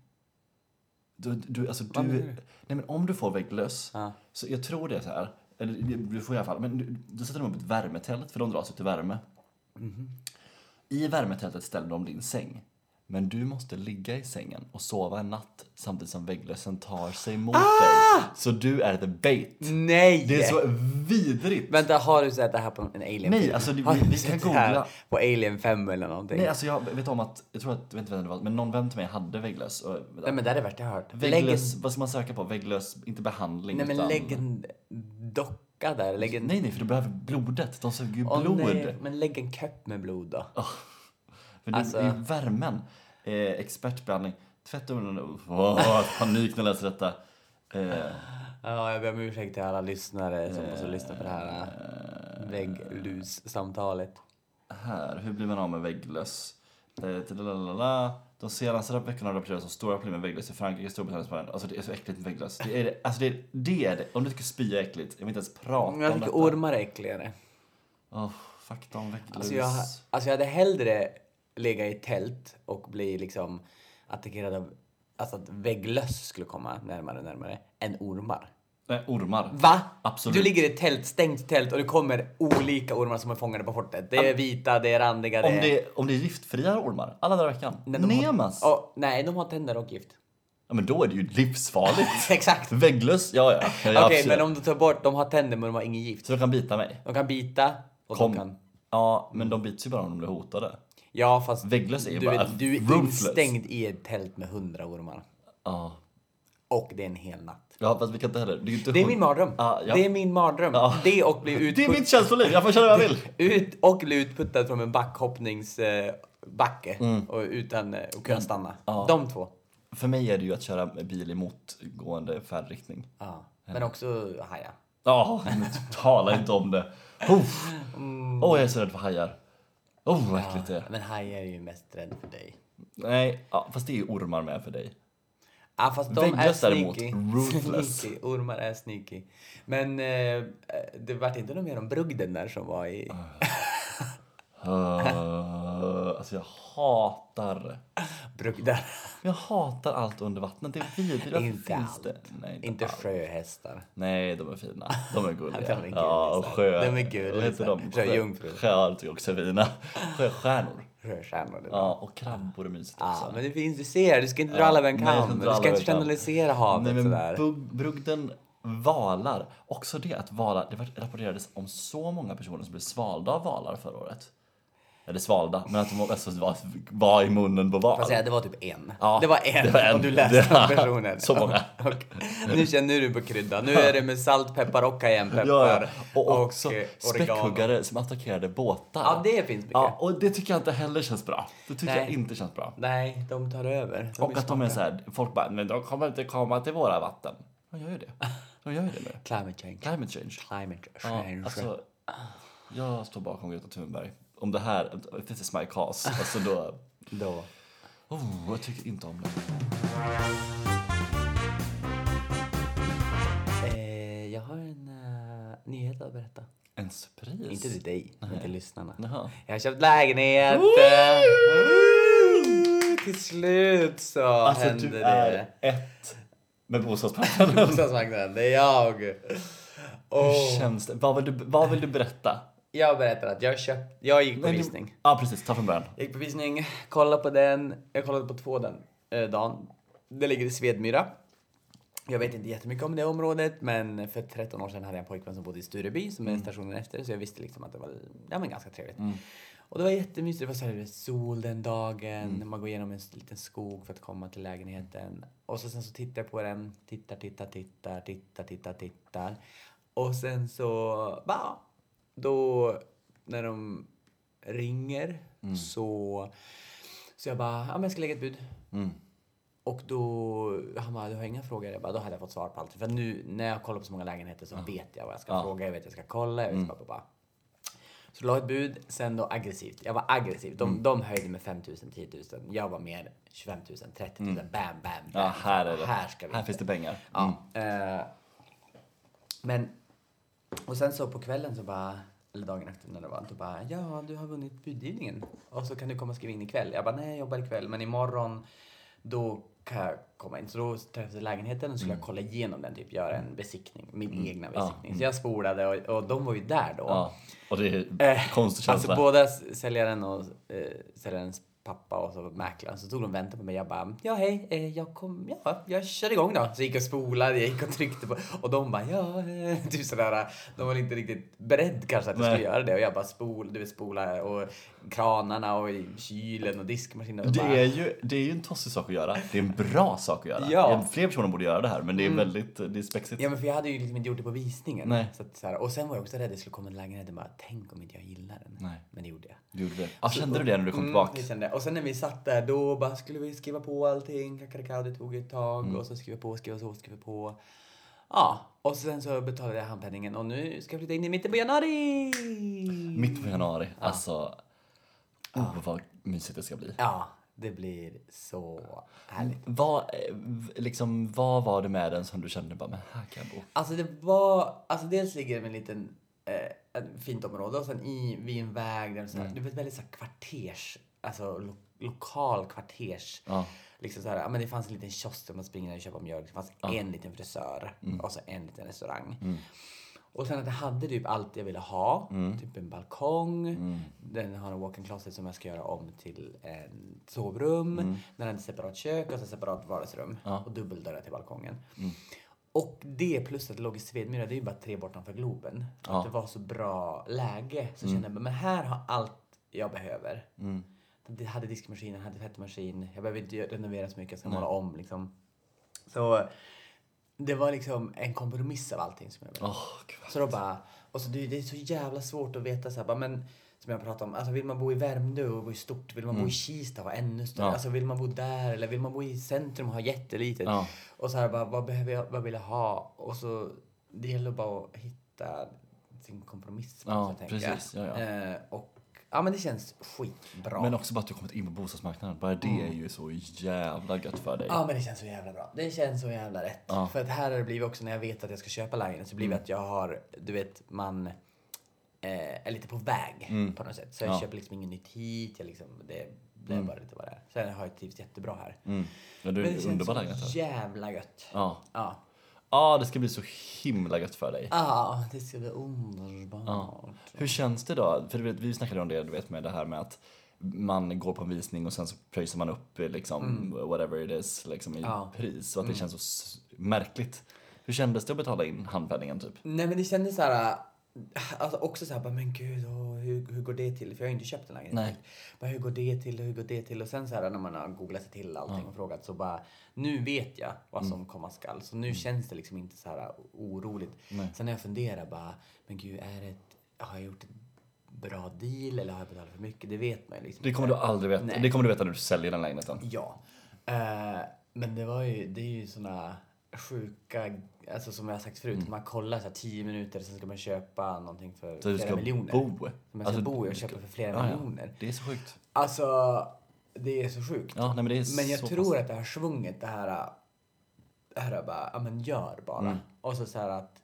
S2: Du, du, alltså,
S1: Vad
S2: du,
S1: menar du?
S2: nej, men om du får vägglöss,
S1: Ja.
S2: så jag tror det är så här, eller du får i alla fall, men du, du sätter dem upp ett värmetält för de dras ut i värme.
S1: Mhm.
S2: I värmetältet ställer de din säng. Men du måste ligga i sängen och sova en natt samtidigt som vägglössen tar sig mot dig. Så du är the bait.
S1: Nej!
S2: Det är så vidrigt.
S1: Vänta, har du sett det här på en alien?
S2: Nej, alltså, det-
S1: har
S2: vi-
S1: du
S2: vi
S1: sett
S2: kan
S1: det här
S2: googla.
S1: på Alien fem eller någonting?
S2: Nej, alltså jag vet om att, jag tror att, jag vet inte vem det var, men någon vän till mig hade vägglöss. Och,
S1: Nej, men det är det värsta jag har hört. Lägg en,
S2: vägglöss, vad ska man söka på? Vägglöss, inte behandling
S1: nej, men
S2: utan...
S1: lägg en docka där. Lägg en...
S2: Nej, nej, för du behöver blodet. De suger ju
S1: Åh,
S2: blod.
S1: nej, men lägg en kopp med blod då.
S2: För det,
S1: Alltså-
S2: det är ju värmen. Eh, expertbehandling. Tvätta munnen. Åh, panik när jag läser detta. Eh,
S1: Ja, jag ber om ursäkt till alla lyssnare som måste lyssna på det här äh, vägglus-samtalet.
S2: här, hur blir man av med vägglöss? Eh, tidalalala. De senaste veckorna har rapporterats om stora problem med vägglöss i Frankrike, Storbritannien och Spanien. Alltså det är så äckligt med vägglöss. Det är det, alltså det är det. Är det. Om du tycker spya är äckligt, jag vill inte ens prata
S1: Jag
S2: om
S1: tycker
S2: detta.
S1: ormar är äckligare.
S2: Åh, fakta om vägglöss.
S1: Alltså jag, alltså jag hade hellre legat i tält och bli liksom attackerad av, alltså att vägglöss skulle komma närmare och närmare, än ormar.
S2: Nej, ormar.
S1: Va?
S2: Absolut.
S1: Du ligger i ett tält, stängt tält, och det kommer olika ormar som är fångade på fortet. Det är vita, det är randiga, det
S2: Om
S1: är...
S2: det, om det är giftfria ormar, alla dagar i veckan.
S1: Nej, de har-
S2: Nemas.
S1: Ja, nej, de har tänder och gift.
S2: Ja, men då är det ju livsfarligt.
S1: Exakt.
S2: Vägglöss, ja, ja. ja,
S1: Okej,
S2: ja absolut.
S1: men om du tar bort, de har tänder men de har ingen gift.
S2: Så de kan bita mig?
S1: De kan bita och
S2: Kom.
S1: de kan...
S2: Ja, men de bits ju bara om de blir hotade.
S1: Ja, fast
S2: Vägglöss är ju
S1: du,
S2: bara
S1: vet, du är
S2: ruthless.
S1: instängd i ett tält med hundra ormar.
S2: Ja.
S1: Och det är en hel natt.
S2: Ja, fast vi kan inte heller. Det är, ju inte
S1: Det är
S2: hund-
S1: min mardröm.
S2: Ja, ja.
S1: Det är min mardröm.
S2: Ja.
S1: Det och bli
S2: Det är
S1: utputtad,
S2: mitt känsloliv, jag får köra vad jag vill.
S1: ut, och bli utputtad från en backhoppningsbacke eh, backe och utan eh, att kunna stanna.
S2: Ja.
S1: De två.
S2: För mig är det ju att köra bil i motgående färdriktning.
S1: Ja. Men också haja.
S2: Ja, oh, tala inte om det. Åh, mm. oh, jag är så rädd för hajar. Åh, oh, vad äckligt det är.
S1: Men hajar är ju mest rädd för dig.
S2: Nej, ja, fast det är ju ormar med för dig.
S1: Ja, fast de
S2: Vägglöss
S1: är sneaky.
S2: Ruthless.
S1: Sneaky. Ormar är sneaky. Men eh, det var inte någon mer om brugden där som var i...
S2: Uh, alltså jag hatar
S1: brugdar.
S2: Jag hatar allt under vattnet. Det är vidrigt.
S1: Inte allt.
S2: Det? Nej, inte
S1: inte
S2: allt.
S1: Sjöhästar.
S2: Nej, de är fina. De är gulliga.
S1: de är gulliga.
S2: Ja, och sjö.
S1: De är gulliga.
S2: Vad heter de?
S1: Sjöjungfrur.
S2: Sjö tycker jag också är fina. Sjöstjärnor.
S1: Sjöstjärnor.
S2: Ja, och krabbor är mysigt också.
S1: Ja, men det finns, du ser, du ska inte dra alla över en kam. Du ska inte generalisera havet.
S2: Nej, men
S1: sådär.
S2: Bug, brugden, valar. Också det att valar, det rapporterades om så många personer som blev svalda av valar förra året. Eller svalda, men att de alltså var, var i munnen på val.
S1: Fast säga, det var typ en.
S2: Ja,
S1: det var en,
S2: det var en.
S1: och du läste
S2: det,
S1: om personen.
S2: Så många.
S1: och, nu känner du på krydda. Nu är det med salt, peppar och cayennepeppar.
S2: Ja, ja. Och också
S1: och
S2: späckhuggare som attackerade båtar.
S1: Ja, det finns mycket.
S2: Ja, och det tycker jag inte heller känns bra. Det tycker
S1: Nej.
S2: jag inte känns bra.
S1: Nej, de tar över. De
S2: och att de är så här, folk bara, men de kommer inte komma till våra vatten. De gör ju det. De gör ju det nu.
S1: Climate change.
S2: Climate change.
S1: Climate change.
S2: Ja, alltså, jag står bakom Greta Thunberg. Om det här, this is my cause. Alltså då...
S1: då.
S2: Oh, jag tycker inte om det.
S1: Eh, jag har en uh, nyhet att berätta.
S2: En surpris?
S1: Inte till dig, Nej. men till lyssnarna.
S2: Jaha.
S1: Jag har köpt lägenhet. Till slut så
S2: alltså,
S1: hände
S2: du
S1: det.
S2: Är ett med bostadsmarknaden.
S1: bostadsmarknaden, det är jag.
S2: Oh. Hur känns det? Vad vill du, vad vill du berätta?
S1: Jag berättar att jag köpt, jag gick på Nej, visning.
S2: Du, ja, precis. Ta från början.
S1: Jag gick på visning, kollade på den. Jag kollade på två den eh, dagen. Det ligger i Svedmyra. Jag vet inte jättemycket om det området, men för tretton år sedan hade jag en pojkvän som bodde i Stureby, som är mm. stationen efter, så jag visste liksom att det var ja, men ganska trevligt. Mm. Och det var jättemysigt, det var så här, sol den dagen, mm. man går igenom en liten skog för att komma till lägenheten. Och så sen så tittar jag på den, tittar, tittar, tittar, tittar, tittar, tittar. Och sen så, bara, då när de ringer mm. så, så jag bara, ja men jag ska lägga ett bud. Mm. Och då, han bara, du har inga frågor? Jag bara, då hade jag fått svar på allt. För nu, när jag kollar på så många lägenheter så ja. vet jag vad jag ska ja. fråga. Jag vet jag ska kolla, jag vet mm. bara, bara. Så la ett bud, sen då aggressivt. Jag var aggressiv. De, mm. de höjde med fem tusen, tio tusen. Jag var mer tjugofem tusen, trettio tusen. Mm. Bam, bam, bam.
S2: Ja, här är det.
S1: Här ska vi.
S2: Här finns det pengar.
S1: Ja. Mm. Eh, men, och sen så på kvällen så bara, eller dagen efter när det var, då bara, ja, du har vunnit budgivningen. Och så kan du komma och skriva in ikväll. Jag bara, nej, jag jobbar ikväll. Men imorgon, då kan jag komma in. Så då träffade jag lägenheten och skulle mm. jag kolla igenom den, typ göra en besiktning, min mm. egna besiktning. Ja. Så jag spolade och, och de var ju där då.
S2: Ja. Och det är eh, konstigt känsla.
S1: Alltså båda säljaren och eh, säljarens pappa och så mäklaren, så tog de och väntade på mig. Jag bara, ja hej, eh, jag kom, ja, jag körde igång då. Så jag gick och spolade, jag gick och tryckte på, och de bara, ja, eh, typ sådär. De var inte riktigt beredd kanske att jag skulle göra det. Och jag bara spol, du vet, spola och kranarna och kylen och diskmaskinen. Och
S2: det,
S1: bara...
S2: är ju, det är ju en tossig sak att göra. Det är en bra sak att göra.
S1: Ja.
S2: Fler personer borde göra det här, men det är mm. väldigt, det är spexigt.
S1: Ja, men för jag hade ju liksom inte gjort det på visningen.
S2: Nej.
S1: Så att, så här, och sen var jag också rädd att det skulle komma en lägenhet och bara, tänk om inte jag gillar den.
S2: Nej.
S1: Men det gjorde jag.
S2: Du gjorde det. Ja, kände du det när du kom
S1: mm,
S2: tillbaka?
S1: Jag kände. Och sen när vi satt där, då bara skulle vi skriva på allting. Kakakao, det tog ett tag. Mm. Och så skriva på, skriva så, skriva på. Ja, och sen så betalade jag handpenningen. Och nu ska jag flytta in i mitten på januari.
S2: Mitt på januari. Ja. Alltså,
S1: ja.
S2: oh, vad mysigt det ska bli.
S1: Ja, det blir så härligt.
S2: Vad, liksom, vad var det med den som du kände bara, men här kan jag bo?
S1: Alltså det var, alltså dels ligger det med en liten, eh, ett fint område. Och sen i, vid en väg där så här, mm. det var väldigt så här kvarters, alltså lo, lokal kvarters. Ja. Liksom så här, ja, men det fanns en liten kiosk där man springer och köper mjölk. Det fanns ja. en liten frisör mm. och så en liten restaurang. Mm. Och sen att jag hade typ allt jag ville ha. Mm. Typ en balkong. Mm. Den har en walk-in closet som jag ska göra om till en sovrum. Mm. Den har ett separat kök och så separat vardagsrum. Ja. Och dubbeldörrar till balkongen. Mm. Och det plus att det låg i Svedmyra, det är ju bara tre bortanför Globen. Ja. Att det var så bra läge. Så mm. kände jag, men här har allt jag behöver. Mm. Jag hade diskmaskinen, hade tvättmaskin. Jag behöver inte renovera så mycket, jag ska måla om liksom. Så det var liksom en kompromiss av allting som jag ville.
S2: Oh,
S1: så då bara, och så det, det är så jävla svårt att veta så här, bara, men som jag pratade om, alltså vill man bo i Värmdö och bo i stort, vill man mm. bo i Kista och ha ännu större, ja. Alltså vill man bo där eller vill man bo i centrum och ha jättelitet. Ja. Och så här bara, vad behöver jag, vad vill jag ha? Och så det gäller bara att hitta sin kompromiss.
S2: Ja,
S1: jag
S2: precis. Ja, ja.
S1: Eh, och ja, men det känns skitbra.
S2: Men också bara att du har kommit in på bostadsmarknaden. Bara det mm. är ju så jävla gött för dig.
S1: Ja, men det känns så jävla bra. Det känns så jävla rätt.
S2: Ja.
S1: För att här har det blivit också när jag vet att jag ska köpa lägenhet så blir det mm. att jag har, du vet, man eh, är lite på väg mm. på något sätt. Så jag ja. köper liksom inget nytt hit. Jag liksom, det det är mm. bara lite vad det är. Sen har jag trivts jättebra här.
S2: Mm. Ja, du,
S1: men det känns så
S2: lägenhet,
S1: jävla gött.
S2: Ja.
S1: Ja.
S2: Ja, det ska bli så himla gött för dig.
S1: Ja, det ska bli underbart. Ja.
S2: Hur känns det då? För du vet, vi snackade om det, du vet, med det här med att man går på en visning och sen så pröjsar man upp liksom, mm. whatever it is liksom, i ja. pris. Och att det mm. känns så märkligt. Hur kändes det att betala in handpenningen typ?
S1: Nej, men det kändes så här... Alltså också så här, bara, men gud, åh, hur, hur går det till? För jag har ju inte köpt en lägenhet.
S2: Nej.
S1: Bara, hur går det till? Hur går det till? Och sen så här när man har googlat sig till allting ja. och frågat så bara, nu vet jag vad som mm. komma skall. Så nu mm. känns det liksom inte så här oroligt. Nej. Sen när jag funderar bara, men gud, är det ett, har jag gjort ett bra deal eller har jag betalat för mycket? Det vet man ju liksom.
S2: Det kommer du aldrig veta. Nej. Det kommer du veta när du säljer den lägenheten.
S1: Ja. Uh, men det var ju, det är ju såna sjuka, alltså som jag har sagt förut, mm. man kollar så här tio minuter sen ska man köpa någonting för så flera miljoner.
S2: Bo.
S1: Så man ska alltså, bo och köpa för flera ja, miljoner.
S2: Ja. Det är så sjukt.
S1: Alltså, det är så sjukt.
S2: Ja, nej, men, det är
S1: men jag
S2: så
S1: tror
S2: fast.
S1: att det här svunget, det här, det här bara, ja men gör bara. Mm. Och så så här att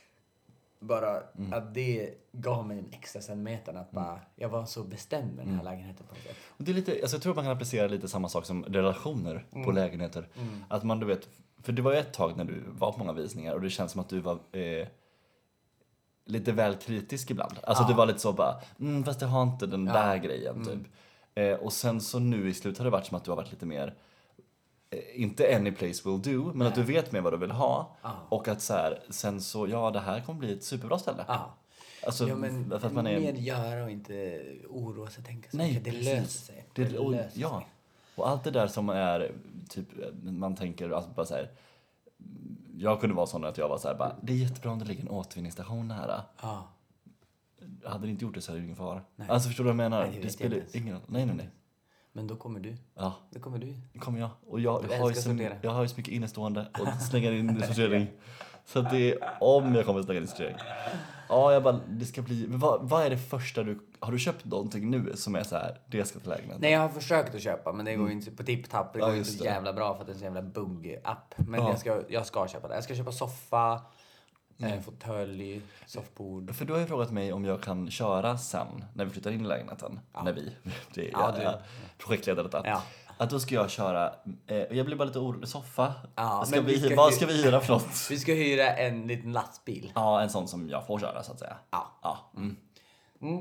S1: bara mm. att det gav mig en extra centimeter att bara, jag var så bestämd med den här mm. lägenheten på något sätt.
S2: Och det är lite, alltså jag tror att man kan applicera lite samma sak som relationer mm. på lägenheter. Mm. Att man, du vet, för det var ju ett tag när du var på många visningar och det känns som att du var eh, lite väl kritisk ibland. Alltså ja. Du var lite så bara, mm, fast jag har inte den ja. där grejen typ. Mm. Eh, och sen så nu i slut har det varit som att du har varit lite mer, eh, inte any place will do, men Nej. att du vet mer vad du vill ha. Ja. Och att så här, sen så, ja det här kommer bli ett superbra ställe.
S1: Ja.
S2: Alltså,
S1: ja, men för att man är... mer göra och inte oroa sig och tänka så.
S2: Nej,
S1: det löser sig.
S2: Det,
S1: det
S2: och,
S1: löser
S2: ja.
S1: sig.
S2: Och allt det där som är typ, man tänker alltså bara så här, jag kunde vara sån att jag var så här bara, det är jättebra om det ligger en återvinningsstation nära.
S1: Ja.
S2: Hade det inte gjort det så hade det ingen fara.
S1: Nej.
S2: Alltså förstår du vad jag menar?
S1: Nej, det
S2: det spelar ingen roll. Nej, nej, nej.
S1: Men då kommer du.
S2: Ja.
S1: Då kommer du.
S2: Då kommer jag. Och jag,
S1: jag
S2: har ju så, jag har ju så mycket innestående och slänger in i sortering. Så att det är om jag kommer slänga in i sortering. Ja, jag bara, det ska bli... Men vad, vad är det första du... Har du köpt någonting nu som är så här, det ska till lägenheten?
S1: Nej, jag har försökt att köpa, men det går ju inte på tipp-tapp. Det
S2: ja,
S1: går ju inte så jävla bra för att det är en så jävla bugg-app. Men ja. jag, ska, jag ska köpa det. Jag ska köpa soffa, mm. eh, fåtölj, soffbord.
S2: För du har ju frågat mig om jag kan köra sen, när vi flyttar in i lägenheten. Ja. När vi... Det är
S1: ja,
S2: jag, jag, projektledare detta. Ja. Att då ska jag köra, eh, jag blir bara lite orolig, soffa.
S1: Ja,
S2: ska
S1: vi,
S2: vi,
S1: ska
S2: vad ska vi hyra för något?
S1: Vi ska hyra en liten lastbil.
S2: Ja, en sån som jag får köra så att säga.
S1: Ja.
S2: Ja. Mm.
S1: Mm.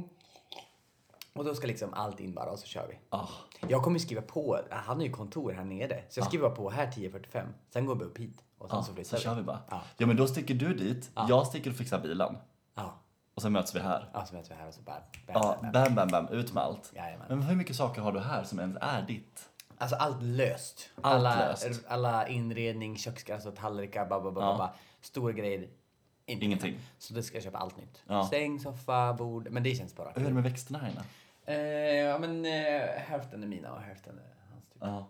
S1: Och då ska liksom allt in bara och så kör vi.
S2: Ja.
S1: Jag kommer skriva på, han har ju kontor här nere. Så jag skriver ja. på här tio fyrtiofem. Sen går vi upp hit. Och sen
S2: ja,
S1: så flyttar
S2: så
S1: vi.
S2: kör vi bara.
S1: Ja.
S2: ja, men då sticker du dit. Ja. Jag sticker och fixar bilen.
S1: Ja.
S2: Och sen möts vi här.
S1: Ja, så möts vi här och så bara...
S2: Bam, ja, bam, bam, bam, bam. Ut med allt.
S1: Jajamän.
S2: Men hur mycket saker har du här som ens är ditt?
S1: Alltså allt löst.
S2: Allt
S1: alla,
S2: löst.
S1: Alla inredning, kökskar, alltså tallrikar, babba, ja. stora grejer. Inte.
S2: Ingenting.
S1: Så det ska jag köpa allt nytt.
S2: Ja.
S1: Säng, soffa, bord. Men det känns bara.
S2: Hur är det med växterna här inne?
S1: Eh, ja, men eh, hälften är mina och hälften är hans typ.
S2: Ja.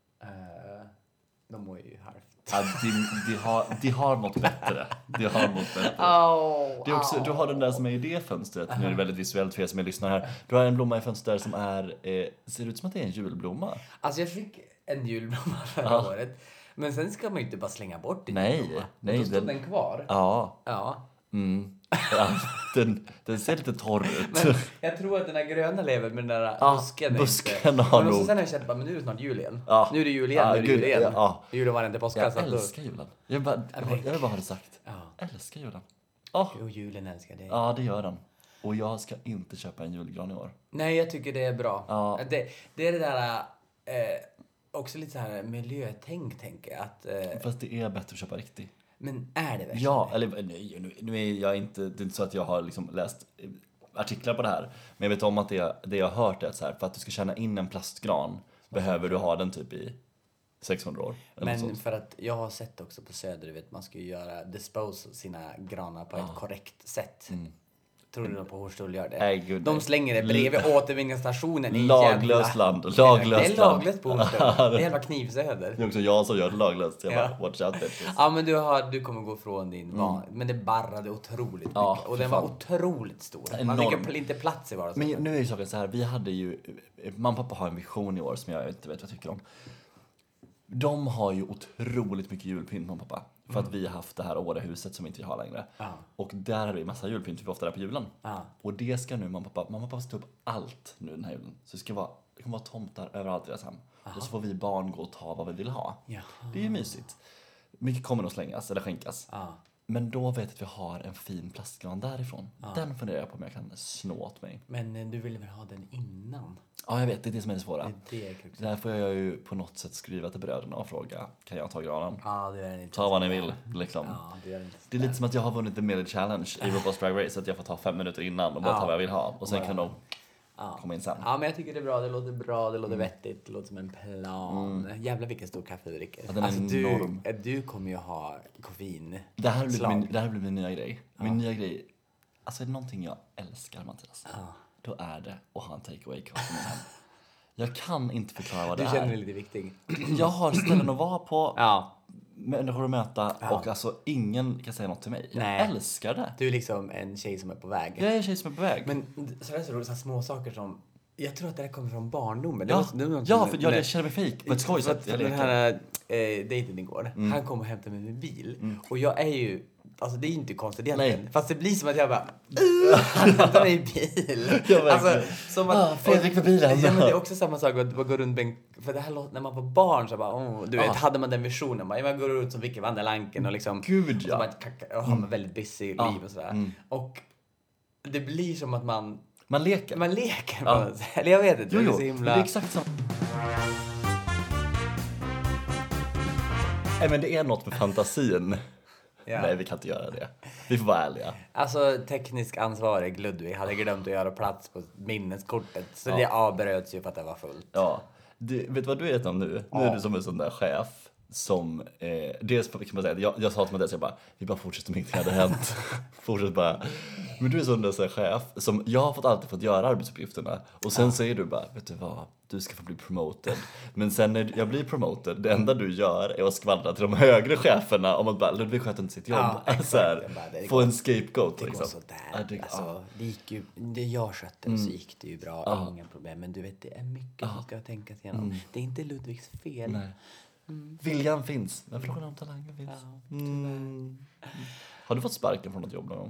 S1: Eh, de mår ju halvt.
S2: Ja, de, de, har, de har mått bättre. De har mått bättre.
S1: Oh,
S2: det är också,
S1: oh.
S2: Du har den där som är i det fönstret. Uh-huh. Nu är det väldigt visuellt för er som är lyssnar här. Du har en blomma i fönstret som är, eh, ser ut som att det är en julblomma.
S1: Alltså jag fick en julblomma förra
S2: ja.
S1: året. Men sen ska man ju inte bara slänga bort en
S2: nej,
S1: julblomma.
S2: Nej,
S1: då står den, den kvar.
S2: Ja.
S1: Ja.
S2: Mm. Ja, den, den ser lite torr ut.
S1: Men jag tror att den här gröna lever med den där
S2: ja,
S1: busken.
S2: busken har
S1: men
S2: nog...
S1: sen har jag känt bara, men nu är det snart jul igen.
S2: Ja.
S1: Nu är det jul igen,
S2: ja,
S1: nu är det jul igen.
S2: Ja.
S1: Julen var inte påskan.
S2: Jag älskar då... julen. Jag, bara, jag, jag vill bara ha det sagt.
S1: Ja.
S2: Jag älskar julen. Oh.
S1: Jo, julen älskar dig.
S2: Ja, det gör den. Och jag ska inte köpa en julgran i år.
S1: Nej, jag tycker det är bra.
S2: Ja.
S1: Det, det är det där... Eh, också lite så här miljötänk, tänker jag. Att, eh...
S2: Fast det är bättre att köpa riktigt.
S1: Men är det verkligen?
S2: Ja, eller nej, nu, nu är jag inte, det är inte så att jag har liksom läst artiklar på det här. Men jag vet om att det, det jag har hört är att så här, för att du ska känna in en plastgran så behöver du ha den typ i sexhundra år.
S1: Men så. För att jag har sett också på Söder, du vet, man ska ju göra dispose sina granar på ah. ett korrekt sätt.
S2: Mm.
S1: Tror du de på Hornstull gör det?
S2: Nej, gud,
S1: de
S2: nej.
S1: slänger det bredvid återvinningsstationen i
S2: Laglöst
S1: jävla...
S2: land. Laglöst
S1: Det är
S2: land.
S1: laglöst på Hornstull. Det är jävla knivsöder.
S2: Det är också jag som gör det laglöst. Jag
S1: Ja.
S2: bara, watch out bitches.
S1: Ja, men du, har, du kommer gå från din van. Men det barrade otroligt mycket.
S2: Ja,
S1: och
S2: fy
S1: den var
S2: fan.
S1: otroligt stor. Man
S2: Enorm.
S1: fick ju inte plats i vardagsrummet.
S2: Men nu är ju saken så här, vi hade ju, mamma och pappa har en vision i år som jag inte vet vad jag tycker om. De har ju otroligt mycket julpynt, mamma och pappa. För att vi har haft det här Årehuset som inte vi har längre.
S1: Ja.
S2: Och där hade vi massa julpynt, vi var ofta där på julen.
S1: Ja.
S2: Och det ska nu mamma och pappa, mamma och pappa ska ta upp allt nu den här julen. Så det ska vara, det kommer vara tomtar överallt i deras hem. Och så får vi barn gå och ta vad vi vill ha.
S1: Jaha.
S2: Det är ju mysigt. Mycket kommer nog slängas eller skänkas.
S1: Ja.
S2: Men då vet jag att vi har en fin plastgran därifrån. Den funderar jag på om jag kan snå åt mig.
S1: Men eh, du ville väl ha den innan?
S2: Ja, jag vet. Det är det som är det svåra.
S1: Det är det kruxet.
S2: Där får jag ju på något sätt skriva till bröderna och fråga, kan jag ta granen?
S1: Ja, det är den inte.
S2: Ta vad ni vill, liksom.
S1: Ja, det är den inte.
S2: Det är lite som att jag har vunnit The Millie Challenge i RuPaul's Drag Race, att jag får ta fem minuter innan och bara
S1: Ja.
S2: ta vad jag vill ha. Och sen
S1: Ja.
S2: kan de
S1: Ja.
S2: komma in sen.
S1: Ja, men jag tycker det är bra. Det låter bra, det låter vettigt, det låter som en plan. Jävlar vilken stor kaffe du dricker.
S2: Ja, den är
S1: alltså, du,
S2: enorm.
S1: du kommer ju ha koffein.
S2: Det här blir
S1: slag.
S2: min, det här blir min nya grej. Min nya grej, alltså är det någonting jag älskar, Mattias, då är det att ha en takeaway-kaffe i min hem. Jag kan inte förklara vad det
S1: Du känner
S2: är.
S1: dig lite viktig.
S2: Jag har ställen att vara på,
S1: Ja.
S2: människor att möta och alltså ingen kan säga något till mig. Jag
S1: Nej.
S2: älskar det.
S1: Du är liksom en tjej som är på väg.
S2: Jag är en tjej som är på väg.
S1: Men så är det så roligt, så här små saker som... Jag tror att det här kommer från barndomen. Det
S2: ja,
S1: var- det var-
S2: ja, för jag,
S1: Nej.
S2: jag känner mig fejk på ett skoj
S1: För att
S2: sätt. Jag
S1: den
S2: leker.
S1: här eh, dejten igår, han kom och hämtade mig med bil. Och jag är ju, alltså det är ju inte konstigt egentligen.
S2: Nej.
S1: Fast det blir som att jag bara, uh, han hämtar mig i bil.
S2: Ja, verkligen.
S1: alltså, som att,
S2: Ah, Fredrik med bilen.
S1: Ja, men det är också samma sak att gå runt bänk, för det här låter, när man var barn så bara, oh, du vet,
S2: Ah.
S1: hade man den visionen, man, man går ut som vilken vandrarlanken och liksom,
S2: Gud,
S1: och så
S2: ja.
S1: man kacka- och har man väldigt busy
S2: Ah.
S1: liv och sådär.
S2: Mm.
S1: Och det blir som att man,
S2: Man leker.
S1: man leker på
S2: Ja.
S1: något sätt. Eller jag vet inte,
S2: Jo,
S1: det är
S2: jo,
S1: så
S2: men
S1: himla...
S2: det är exakt så. Nej, men det är något med fantasin.
S1: Ja.
S2: Nej, vi kan inte göra det. Vi får vara ärliga.
S1: Alltså teknisk ansvarig Ludvig hade glömt att göra plats på minneskortet. Så det avbröts ju för att det var fullt.
S2: Ja. Du, vet du vad du är om nu? Nu
S1: Ja.
S2: är du som en sån där chef som, eh, dels kan man säga, jag, jag sa till Mattias, jag bara, vi bara fortsätter om ingenting hade hänt. Fortsätt bara. Men du är sån där så här chef som, jag har fått alltid fått göra arbetsuppgifterna. Och sen säger du bara, vet du vad, du ska få bli promoted. Men sen när jag blir promoted, det enda du gör är att skvallra till de högre cheferna om att bara, Ludvig sköter inte sitt jobb.
S1: Ja, exakt.
S2: så här,
S1: Jag bara, det
S2: få
S1: går-
S2: en scapegoat
S1: Det
S2: liksom.
S1: går sådär.
S2: Ja, det,
S1: alltså,
S2: ja.
S1: det gick ju, det jag skötte det så gick det ju bra.
S2: Ja.
S1: Inga problem. Men du vet, det är mycket som ska tänkas igenom. Det är inte Ludvigs fel.
S2: Nej. Viljan finns, men frågan är om talangen finns.
S1: Ja,
S2: Mm. Har du fått sparken från något jobb någon gång?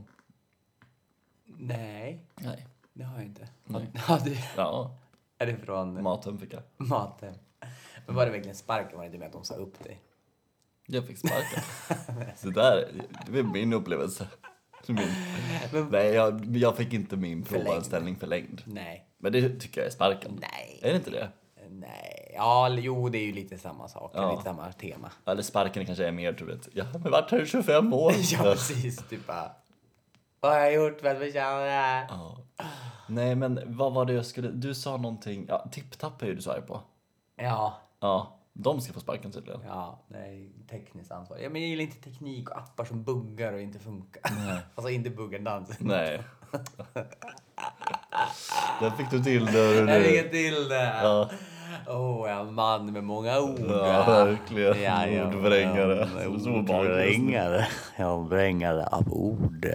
S1: Nej,
S2: Nej.
S1: det har jag inte.
S2: Nej.
S1: Ja, det,
S2: Ja,
S1: är det från
S2: maten fick jag.
S1: maten? Men var det verkligen sparken? Var det inte med att de sa upp dig?
S2: Jag fick sparken. Så där, det är min upplevelse. Min.
S1: Men,
S2: Nej, jag, jag fick inte min
S1: Förlängd.
S2: provanställning förlängd.
S1: nej.
S2: Men det tycker jag är sparken.
S1: Nej.
S2: Är det inte det?
S1: Nej. Ja, eller jo, det är ju lite samma sak.
S2: Ja.
S1: Lite samma tema.
S2: Eller sparken kanske är mer, du vet. Jag har varit här i tjugofem år.
S1: Ja, precis. Typ bara... Vad har jag gjort för att förtjäna det här?
S2: Ja. Nej, men vad var det jag skulle... Du sa någonting... Ja, tipp-tapp är ju du så arg på.
S1: Ja.
S2: Ja, de ska få sparken tydligen.
S1: Ja, nej, tekniskt ansvar. Ja, men jag gillar inte teknik och appar som buggar och inte funkar.
S2: Nej.
S1: Alltså inte buggar dans.
S2: Nej. Där fick du till det.
S1: Jag
S2: du.
S1: fick till det.
S2: Ja.
S1: Åh, oh, en man med många ord.
S2: Ja, verkligen.
S1: Ja, ja,
S2: Ordvrängare.
S1: ja,
S2: Så
S1: Ordvrängare. Ja, vrängare av ord.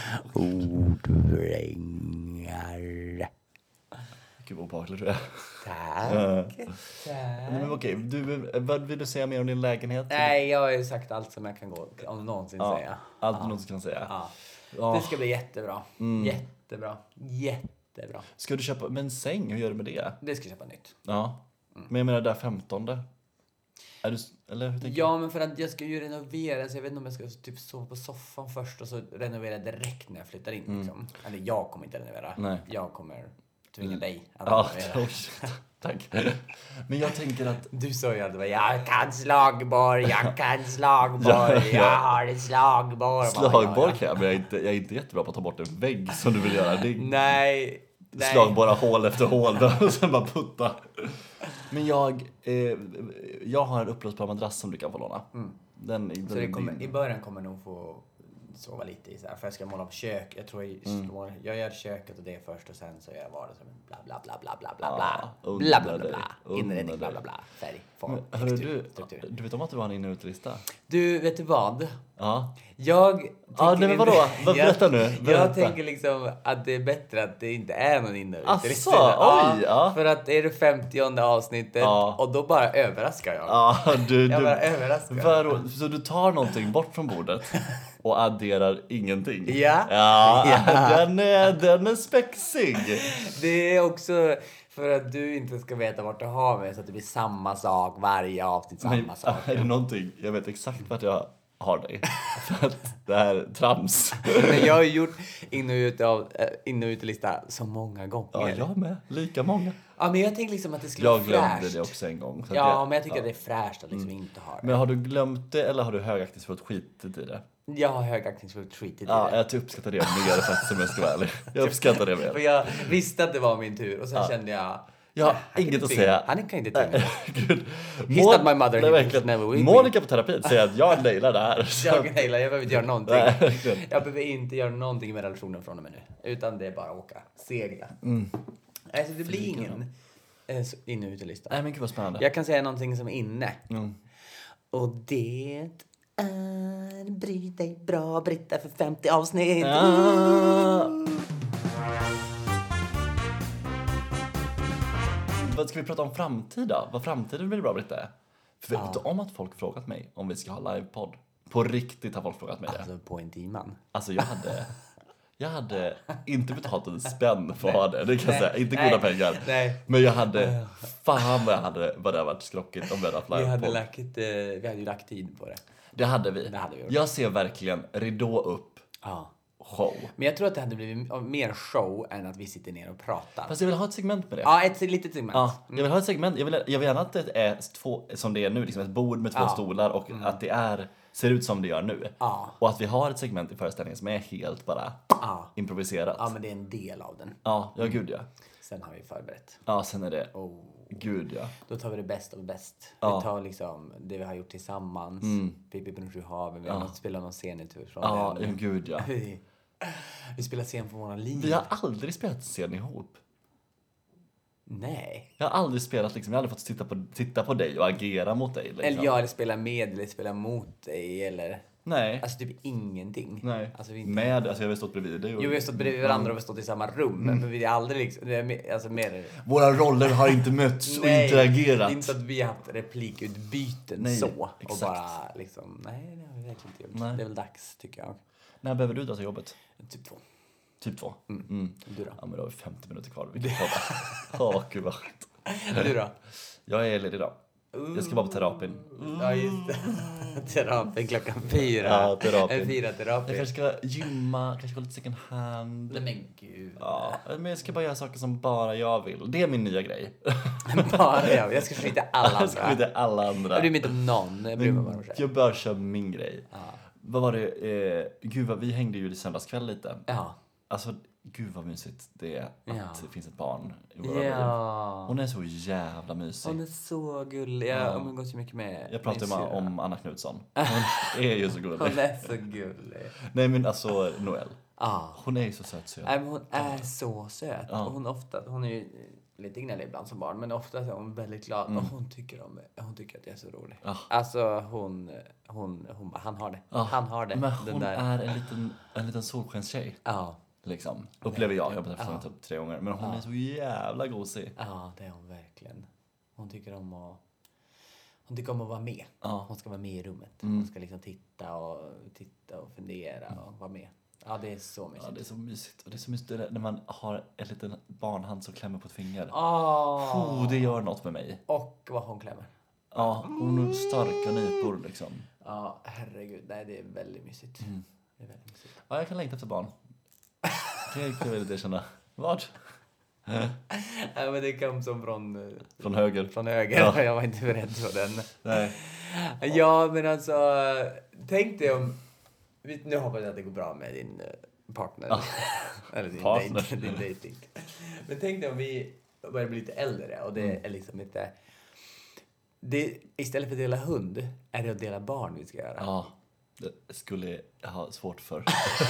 S1: Ordvrängare.
S2: Gud vad obehagligt tror jag.
S1: Tack.
S2: Nej,
S1: Tack.
S2: men okej, du, vad vill du säga mer om din lägenhet?
S1: Nej, jag har ju sagt allt som jag kan gå om någonsin
S2: Ja,
S1: säga.
S2: allt
S1: ja.
S2: du någonsin kan säga.
S1: Ja.
S2: Ja.
S1: Det ska bli jättebra.
S2: Mm.
S1: Jättebra. Jättebra.
S2: Ska du köpa men en säng? Hur gör du med det?
S1: Det ska jag köpa nytt.
S2: Ja. Men jag menar där femtonde. Är du, eller hur tänker
S1: Ja, men för att jag ska ju renovera, så jag vet inte om jag ska typ sova på soffan först och så renovera direkt när jag flyttar in. Liksom. Eller jag kommer inte renovera.
S2: Nej.
S1: Jag kommer tvinga dig att
S2: Ja,
S1: renovera.
S2: oh, shit. Tack. Men jag tänker att...
S1: Du sa ju alltid jag kan slagborr, jag kan slagborr,
S2: Ja, ja.
S1: jag har ett slagborr.
S2: Slagborr kan jag, men jag är, inte, jag är inte jättebra på att ta bort en vägg som du vill göra. Det är
S1: Nej. nej.
S2: slagborra hål efter hål där och sen bara putta. Men jag, eh, jag har en uppblåsbar madrass som du kan få låna.
S1: Mm.
S2: Den, den,
S1: Så det kommer,
S2: din.
S1: i början kommer nog få sova lite i så här, för jag ska måla på kök. Jag tror jag, mm. måla, jag gör köket och det först och sen så gör jag vardagsrummet. Bla bla bla bla bla bla bla.
S2: Ja,
S1: bla bla bla bla. Inredning bla bla bla. Färg, form,
S2: men, hörru,
S1: textur,
S2: du,
S1: struktur.
S2: du vet om att du har en in- och utelista?
S1: Du, vet du vad?
S2: Ja.
S1: Jag
S2: Ja, nej, men vadå? Vad berätta nu?
S1: Jag,
S2: Berätta.
S1: jag tänker liksom att det är bättre att det inte är någon inne.
S2: Asså, oj, ja.
S1: För att det är det femtionde avsnittet
S2: Ja.
S1: och då bara överraskar jag.
S2: Ja, du,
S1: Jag
S2: du,
S1: bara överraskar.
S2: För, så du tar någonting bort från bordet och adderar ingenting?
S1: Ja.
S2: Ja,
S1: Ja.
S2: Den, är, den är spexig.
S1: Det är också för att du inte ska veta vart du har mig så att det blir samma sak varje avsnitt, samma
S2: Men,
S1: sak.
S2: är det någonting? Jag vet exakt vart jag har dig. För att det här är trams.
S1: Men jag har ju gjort in och ut av äh, in och utelista så många gånger.
S2: Ja, jag med. Lika många.
S1: Ja, men jag tänkte liksom att det skulle
S2: Jag
S1: vara
S2: glömde
S1: fräscht.
S2: det också en gång. Så att
S1: Ja,
S2: jag,
S1: men jag tycker
S2: ja.
S1: att det är fräscht att liksom mm. inte ha det.
S2: Men har du glömt det eller har du högaktivt skitit i det?
S1: Jag har högaktningsfullt skitit i
S2: Ja,
S1: det.
S2: jag uppskattar det mer faktiskt om jag ska vara ärlig. Jag uppskattar det
S1: För
S2: mer.
S1: jag visste att det var min tur och sen
S2: Ja.
S1: kände jag...
S2: Jag har
S1: "Nej,
S2: inget
S1: kan
S2: att
S1: inte
S2: säga."
S1: tvinga- Han kan inte tvinga.
S2: Gud.
S1: He's not my mother,
S2: Nej,
S1: he
S2: verkligen.
S1: never will be.
S2: Monica på terapin säger att jag nailar det här. Så-
S1: Jag nailar, jag behöver inte göra någonting.
S2: Nej, verkligen.
S1: Jag behöver inte göra någonting med relationen från och med nu. Utan det är bara att åka, segla.
S2: Mm.
S1: Alltså det blir ingen eh, så- inne och utelista.
S2: Nej, men gud vad spännande.
S1: Jag kan säga någonting som är inne.
S2: Mm.
S1: Och det är Bry dig bra Britta för femtio avsnitt.
S2: Ah. Vad ska vi prata om framtida? Vad framtiden blir bra, Britta? För vet du om att folk frågat mig om vi ska ha livepodd? På riktigt har folk frågat mig det.
S1: Alltså på en timman.
S2: Alltså jag hade... Jag hade inte betalat en spänn för att ha det, det kan jag
S1: Nej.
S2: säga. Inte
S1: Nej.
S2: goda pengar.
S1: Nej.
S2: Men jag hade... Fan vad jag hade... Vad det hade varit skrockigt om vi hade haft
S1: Vi hade,
S2: livepodd.
S1: lagt, eh, vi hade ju lagt tid på det.
S2: Det hade vi.
S1: Det hade vi gjort.
S2: Jag ser verkligen ridå upp
S1: Ja.
S2: show.
S1: Men jag tror att det hade blivit mer show än att vi sitter ner och pratar.
S2: Fast jag vill ha ett segment med det.
S1: Ja, ett litet segment.
S2: Ja, jag vill ha ett segment. Jag vill, jag vill gärna att det är två, som det är nu, liksom ett bord med två
S1: Ja.
S2: stolar och att det är, ser ut som det gör nu.
S1: Ja.
S2: Och att vi har ett segment i föreställningen som är helt bara
S1: Ja.
S2: improviserat.
S1: Ja, men det är en del av den.
S2: Ja, ja gud ja.
S1: Sen har vi förberett.
S2: Ja, sen är det,
S1: Oh.
S2: gud ja.
S1: Då tar vi det bäst av bäst.
S2: Ja.
S1: Vi tar liksom det vi har gjort tillsammans.
S2: Mm.
S1: Pippi på de sju haven. Vi har
S2: Ja.
S1: spelat någon scenitur från
S2: Ja,
S1: den.
S2: ja, gud ja.
S1: Vi, vi spelar scen på våra liv.
S2: Vi har aldrig spelat scen ihop.
S1: Nej.
S2: Jag har aldrig spelat liksom, jag har aldrig fått titta på, titta på dig och agera mot dig liksom.
S1: Eller jag eller spela med eller spela mot dig eller...
S2: Nej.
S1: Alltså typ ingenting.
S2: Nej.
S1: Alltså, vi inte...
S2: Med, alltså jag har stått bredvid dig. Och...
S1: Jo, vi har stått bredvid varandra och vi har stått i samma rum.
S2: Mm.
S1: Men vi är aldrig liksom... Det är mer, alltså mer...
S2: Våra roller har inte mötts och
S1: Nej,
S2: interagerat.
S1: det är inte att vi har haft replikutbyten
S2: Nej,
S1: så. Och
S2: exakt.
S1: bara liksom... Nej, det har vi verkligen inte gjort.
S2: Nej.
S1: Det är väl dags, tycker jag.
S2: När behöver du dra till jobbet?
S1: Typ två.
S2: Typ två.
S1: Mm.
S2: Mm.
S1: Du då?
S2: Ja, men då har vi femtio minuter kvar. Vi kan podda. Åh, gud vad skönt.
S1: Du då?
S2: Jag är ledig idag. Jag ska vara på terapin.
S1: Ja, just det. Terapin klockan fyra.
S2: Ja, terapin.
S1: En fyra
S2: Jag
S1: terapi.
S2: kanske ska gymma, kanske gå lite second hand.
S1: Nej men gud.
S2: Ja, men jag ska bara göra saker som bara jag vill. Det är min nya grej.
S1: Bara jag. Jag ska skita i alla
S2: Jag ska
S1: andra.
S2: inte alla andra.
S1: Jag bryr mig inte om någon. Jag bryr mig bara om
S2: Men
S1: själv.
S2: jag bara kör min grej.
S1: Ja.
S2: Vad var det? Eh, gud vad vi hängde ju i söndagskväll lite.
S1: Ja.
S2: Alltså, gud vad mysigt det är att
S1: Ja.
S2: det finns ett barn i våra liv.
S1: Ja.
S2: Hon är så jävla mysig.
S1: Hon är så gullig. Jag
S2: Ja.
S1: umgås så mycket med
S2: Jag pratar ju
S1: min
S2: om,
S1: syrra.
S2: om Anna Knutsson. Hon är ju så gullig.
S1: Hon är så gullig.
S2: Nej men alltså Noel.
S1: Ja.
S2: Hon är ju så söt söt.
S1: Nej, men hon är så söt.
S2: Ja.
S1: Och hon, ofta, hon är ju lite gnällig ibland som barn, men ofta är hon väldigt glad. Och hon tycker, om, hon tycker att jag är så rolig.
S2: Ja.
S1: Alltså hon, hon, hon bara, han har det.
S2: Ja.
S1: Han har det.
S2: Men
S1: Den
S2: hon
S1: där.
S2: är en liten, en liten solskenstjej.
S1: Ja.
S2: Liksom. Upplever jag. Jag har träffat henne
S1: Ja.
S2: typ tre gånger. Men hon
S1: Ja.
S2: är så jävla gosig.
S1: Ja, det är hon verkligen. Hon tycker om att, hon tycker om att vara med.
S2: Ja.
S1: Hon ska vara med i rummet.
S2: Mm.
S1: Hon ska liksom titta och titta och fundera och vara med. Ja, det är så mysigt.
S2: Ja, det är så mysigt. Och det är så mysigt när man har en liten barnhand som klämmer på ett finger.
S1: Oh.
S2: Oh, det gör något med mig.
S1: Och vad hon klämmer.
S2: Ja, hon har starka nypor liksom.
S1: Ja, herregud. Nej, det är väldigt mysigt.
S2: Mm.
S1: Det är väldigt mysigt.
S2: Ja, jag kan längta efter barn. Det kan jag väl erkänna. Vad?
S1: Ja, men det kom som från, eh,
S2: Från höger.
S1: från höger.
S2: Ja.
S1: Jag var inte beredd på den.
S2: Nej.
S1: Ja, men alltså, tänk dig om... Nu hoppas jag att det går bra med din eh, partner.
S2: Ja.
S1: Eller din
S2: Partner.
S1: dejt, din dejting. Men tänk dig om vi börjar bli lite äldre och det
S2: Mm.
S1: är liksom lite... Det, istället för att dela hund är det att dela barn vi ska göra.
S2: Ja. Det skulle jag ha svårt för.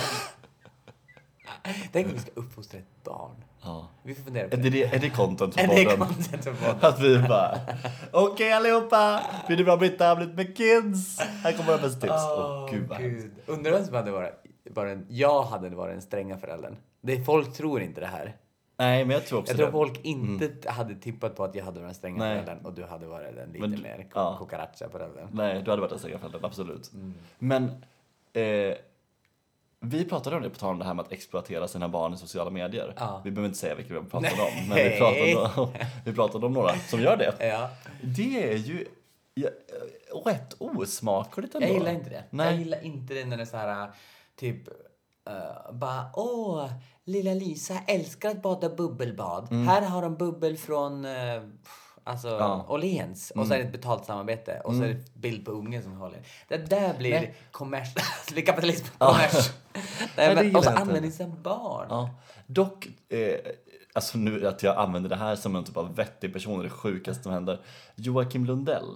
S1: Tänk om vi ska uppfostra ett barn.
S2: Ja.
S1: Vi får fundera på
S2: Är
S1: det.
S2: det, är det content för
S1: Är det
S2: podden?
S1: content för podden?
S2: Att vi bara, okej okay, allihopa, blir det bra Britta, har blivit med kids. Här kommer våra bästa tips. Åh
S1: Oh,
S2: oh, gud vad hemskt.
S1: Gud. Undrar vem som hade varit, varit en, jag hade varit den stränga föräldern. Det, folk tror inte det här.
S2: Nej, men jag tror också
S1: Jag tror
S2: det.
S1: folk inte mm. hade tippat på att jag hade varit den stränga
S2: Nej.
S1: föräldern och du hade varit den lite
S2: Men,
S1: mer
S2: ja.
S1: cucaracha-föräldern.
S2: Nej, du hade varit den stränga föräldern, absolut.
S1: Mm.
S2: Men eh, vi pratade om det på tal om det här med att exploatera sina barn i sociala medier.
S1: Ja.
S2: Vi behöver inte säga vilka vi pratade
S1: Nej.
S2: om, men vi pratade om, vi pratade om några som gör det.
S1: Ja.
S2: Det är ju ja, rätt osmakligt ändå.
S1: Jag gillar inte det.
S2: Nej.
S1: Jag gillar inte det när det är så här typ uh, bara åh, lilla Lisa älskar att bada bubbelbad. Mm. Här har de bubbel från uh, alltså
S2: ja.
S1: Åhléns och
S2: mm.
S1: så är det ett betalt samarbete och
S2: mm.
S1: så är det bild på ungen som håller. Det där blir Nej. kommers, det blir kapitalism på kommers.
S2: Nej,
S1: men, och så använder sina barn.
S2: Ja. Dock eh, alltså nu att jag använder det här som en typ av vettig person är det sjukaste som händer. Joakim Lundell,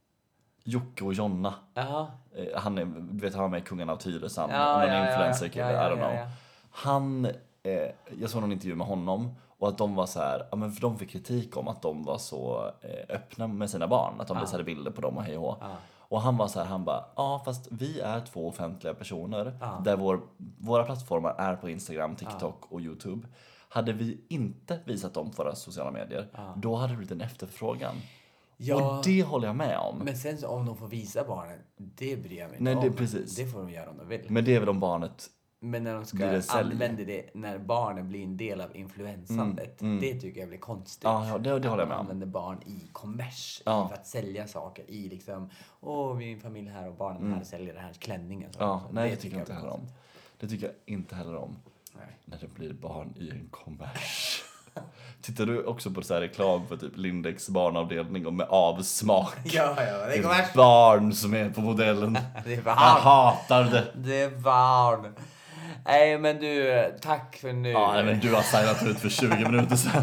S2: Jocke och Jonna.
S1: Ja.
S2: Eh, han är, du vet, han var med i Kungen av Tylösand.
S1: Ja,
S2: en
S1: ja,
S2: influencer kille,
S1: ja, ja,
S2: I don't know.
S1: ja, ja.
S2: Han, eh, jag såg någon intervju med honom och att de var så här, ja men för de fick kritik om att de var så eh, öppna med sina barn, att de
S1: Ja.
S2: visade bilder på dem och hej och hå.
S1: Ja.
S2: Och han var så här, han bara, ja fast vi är två offentliga personer
S1: Ja.
S2: där vår, våra plattformar är på Instagram, TikTok
S1: Ja.
S2: och YouTube. Hade vi inte visat dem på våra sociala medier,
S1: Ja.
S2: då hade det blivit en efterfrågan.
S1: Ja.
S2: Och det håller jag med om.
S1: Men sen så om de får visa barnen, det bryr jag mig inte
S2: Nej,
S1: om.
S2: det är precis.
S1: Det får de göra om de vill.
S2: Men det är väl om barnet.
S1: Men när de ska
S2: Blir det sälj?
S1: använda det, när barnen blir en del av influensandet,
S2: Mm, mm.
S1: det tycker jag blir konstigt.
S2: Ja, ja, det, det håller jag med
S1: Man
S2: om.
S1: använder barn i kommers,
S2: Ja.
S1: för att sälja saker i liksom, åh, min familj här och barnen
S2: Mm.
S1: här säljer den här klänningen. Så,
S2: Ja,
S1: så
S2: nej det tycker jag inte
S1: blir
S2: heller om.
S1: konstigt.
S2: Det tycker jag inte heller om.
S1: Nej.
S2: När det blir barn i en kommers. Tittar du också på så här reklam för typ Lindex barnavdelning och med avsmak?
S1: Ja, ja, det är kommers.
S2: Barn som är på modellen.
S1: Det är
S2: Jag
S1: barn.
S2: hatar det.
S1: Det är barn. Nej, men du, tack för nu.
S2: Ja, nej, men du har signat ut för tjugo minuter sedan.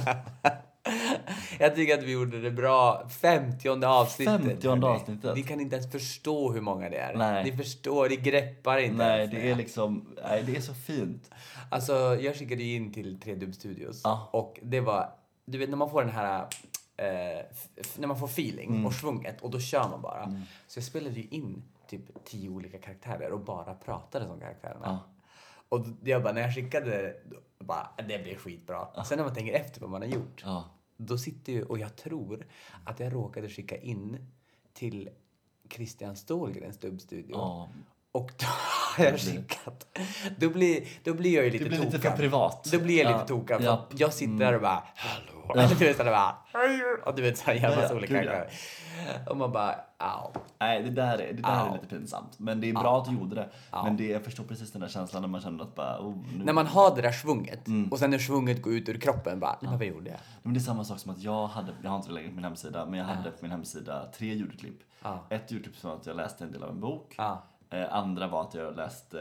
S1: Jag tycker att vi gjorde det bra. femtionde avsnittet.
S2: femtionde avsnittet.
S1: Ni kan inte ens förstå hur många det är.
S2: Nej.
S1: Ni förstår, ni greppar inte.
S2: Nej,
S1: ens
S2: det är liksom, nej, det är så fint.
S1: Alltså, jag skickade ju in till tre Dubb Studios.
S2: Ja.
S1: Och det var, du vet när man får den här, eh, f- när man får feeling
S2: Mm.
S1: och svunget. Och då kör man bara. Så jag spelade ju in typ tio olika karaktärer och bara pratade som karaktärerna.
S2: Ja.
S1: Och jag bara, när jag skickade det, då bara, det blir skitbra. Sen när man tänker efter vad man har gjort.
S2: Ja.
S1: Då sitter ju, och jag tror att jag råkade skicka in till Christian Ståhlgrens dubbstudio.
S2: Ja.
S1: Och då har jag skickat. Då blir, då blir jag ju lite
S2: Det blir lite
S1: tokad.
S2: för privat.
S1: Då blir jag
S2: Ja.
S1: lite tokad. för
S2: Ja.
S1: att Jag sitter där och bara, hallå. Eller du vet såhär bara, hej. Och du vet såhär, jag har
S2: Ja,
S1: massa
S2: ja,
S1: olika
S2: gud, ja.
S1: karaktärer. Och man bara, au.
S2: Nej, det där, är, det där är
S1: Au.
S2: lite pinsamt. Men det är bra
S1: Ja.
S2: att du gjorde det.
S1: Ja.
S2: Men det, jag förstår precis den där känslan när man känner att bara... Oh, nu.
S1: När man har det där svunget.
S2: Mm.
S1: Och sen när svunget går ut ur kroppen, bara, men vad gjorde jag?
S2: Men det är samma sak som att jag hade, jag har inte det längre på min hemsida, men jag hade på min hemsida tre ljudklipp.
S1: Ja.
S2: Ett ljudklipp som var att jag läste en del av en bok.
S1: Ja.
S2: Eh, andra var att jag läste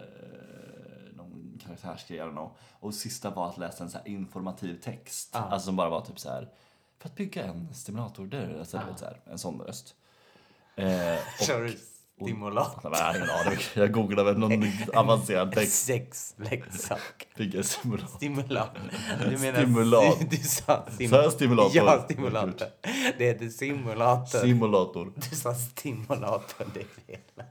S2: eh, någon karaktärsgrej, I don't know. Och sista var att läsa en så här informativ text.
S1: Ja.
S2: Alltså som bara var typ så här, för att bygga en stimulator, det är alltså,
S1: Ja.
S2: så här, en sån röst. Eh,
S1: Kör du stimulator?
S2: Nej, jag har ingen aning. Jag googlade väl någon avancerad text.
S1: Sexleksak.
S2: Bygga en simulator.
S1: Stimulator. Du menar
S2: Stimulat.
S1: Du, du sa sim-
S2: Sa jag stimulator?
S1: Ja, stimulator. Det heter simulator.
S2: Simulator.
S1: Du sa stimulator, det är fel.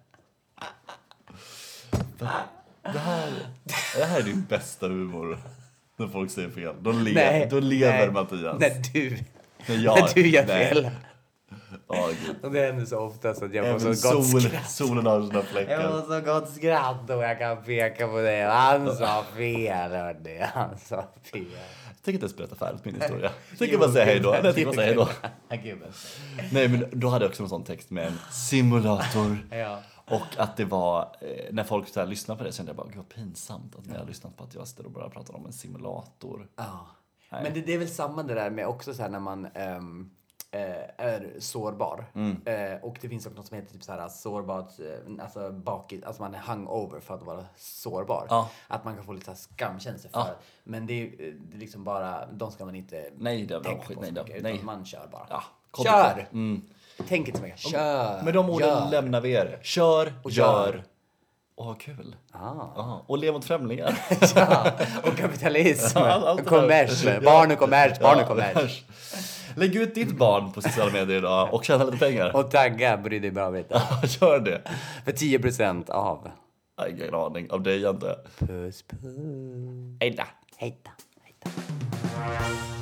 S2: Det här, det här är din bästa humor. När folk säger fel. Då, le,
S1: Nej,
S2: då lever
S1: nej.
S2: Mattias.
S1: När du,
S2: När jag,
S1: när du gör
S2: nej.
S1: fel.
S2: Åh, gud.
S1: Och det händer så ofta så att jag får
S2: Även
S1: så gott
S2: sol,
S1: skratt.
S2: solen har sina
S1: Jag
S2: fläckar.
S1: får så gott skratt och jag kan peka på det. Han sa fel, hörde. Han sa fel.
S2: Jag tänker inte ens berätta färdigt min historia. Jag tänker bara säga hej då. Nej, jag tänker bara säga hej då. Nej, men då hade jag också en sån text med en simulator.
S1: Ja.
S2: Och att det var, eh, när folk så här lyssnade på det så kände jag bara, gud vad pinsamt att ni har lyssnat på att jag sitter och bara pratar om en simulator.
S1: Ja.
S2: Nej.
S1: Men det, det är väl samma det där med också så här när man ehm, eh, är sårbar.
S2: Mm.
S1: Eh, och det finns också något som heter typ så här sårbart, eh, alltså bakis, alltså man är hungover för att vara sårbar.
S2: Ja.
S1: Att man kan få lite så här skamkänslor för.
S2: Ja.
S1: Men det är, eh, det är liksom bara, de ska man inte
S2: Nej, det är bra
S1: tänka
S2: skit.
S1: på
S2: Nej,
S1: så
S2: det,
S1: mycket,
S2: nej.
S1: utan man kör bara.
S2: Ja, kom
S1: Kör!
S2: igen. Mm.
S1: Tänk inte så mycket. Kör!
S2: Med de orden
S1: Gör.
S2: lämnar vi er. Kör,
S1: Och
S2: gör,
S1: gör.
S2: Åh, oh, kul.
S1: Ah.
S2: Ah. Och leva mot främlingar.
S1: Ja, och kapitalism.
S2: Ja, allt det
S1: kommers.
S2: där.
S1: Barn och kommers. Barn och
S2: Ja,
S1: kommers.
S2: Lägg ut ditt barn på sociala medier idag och tjäna lite pengar.
S1: Och tagga, bry dig bara veta.
S2: Ja, gör det.
S1: För tio procent av.
S2: Jag har ingen aning av det, jag inte.
S1: Puss, puss.
S2: Hej då.
S1: Hej då. Hej då.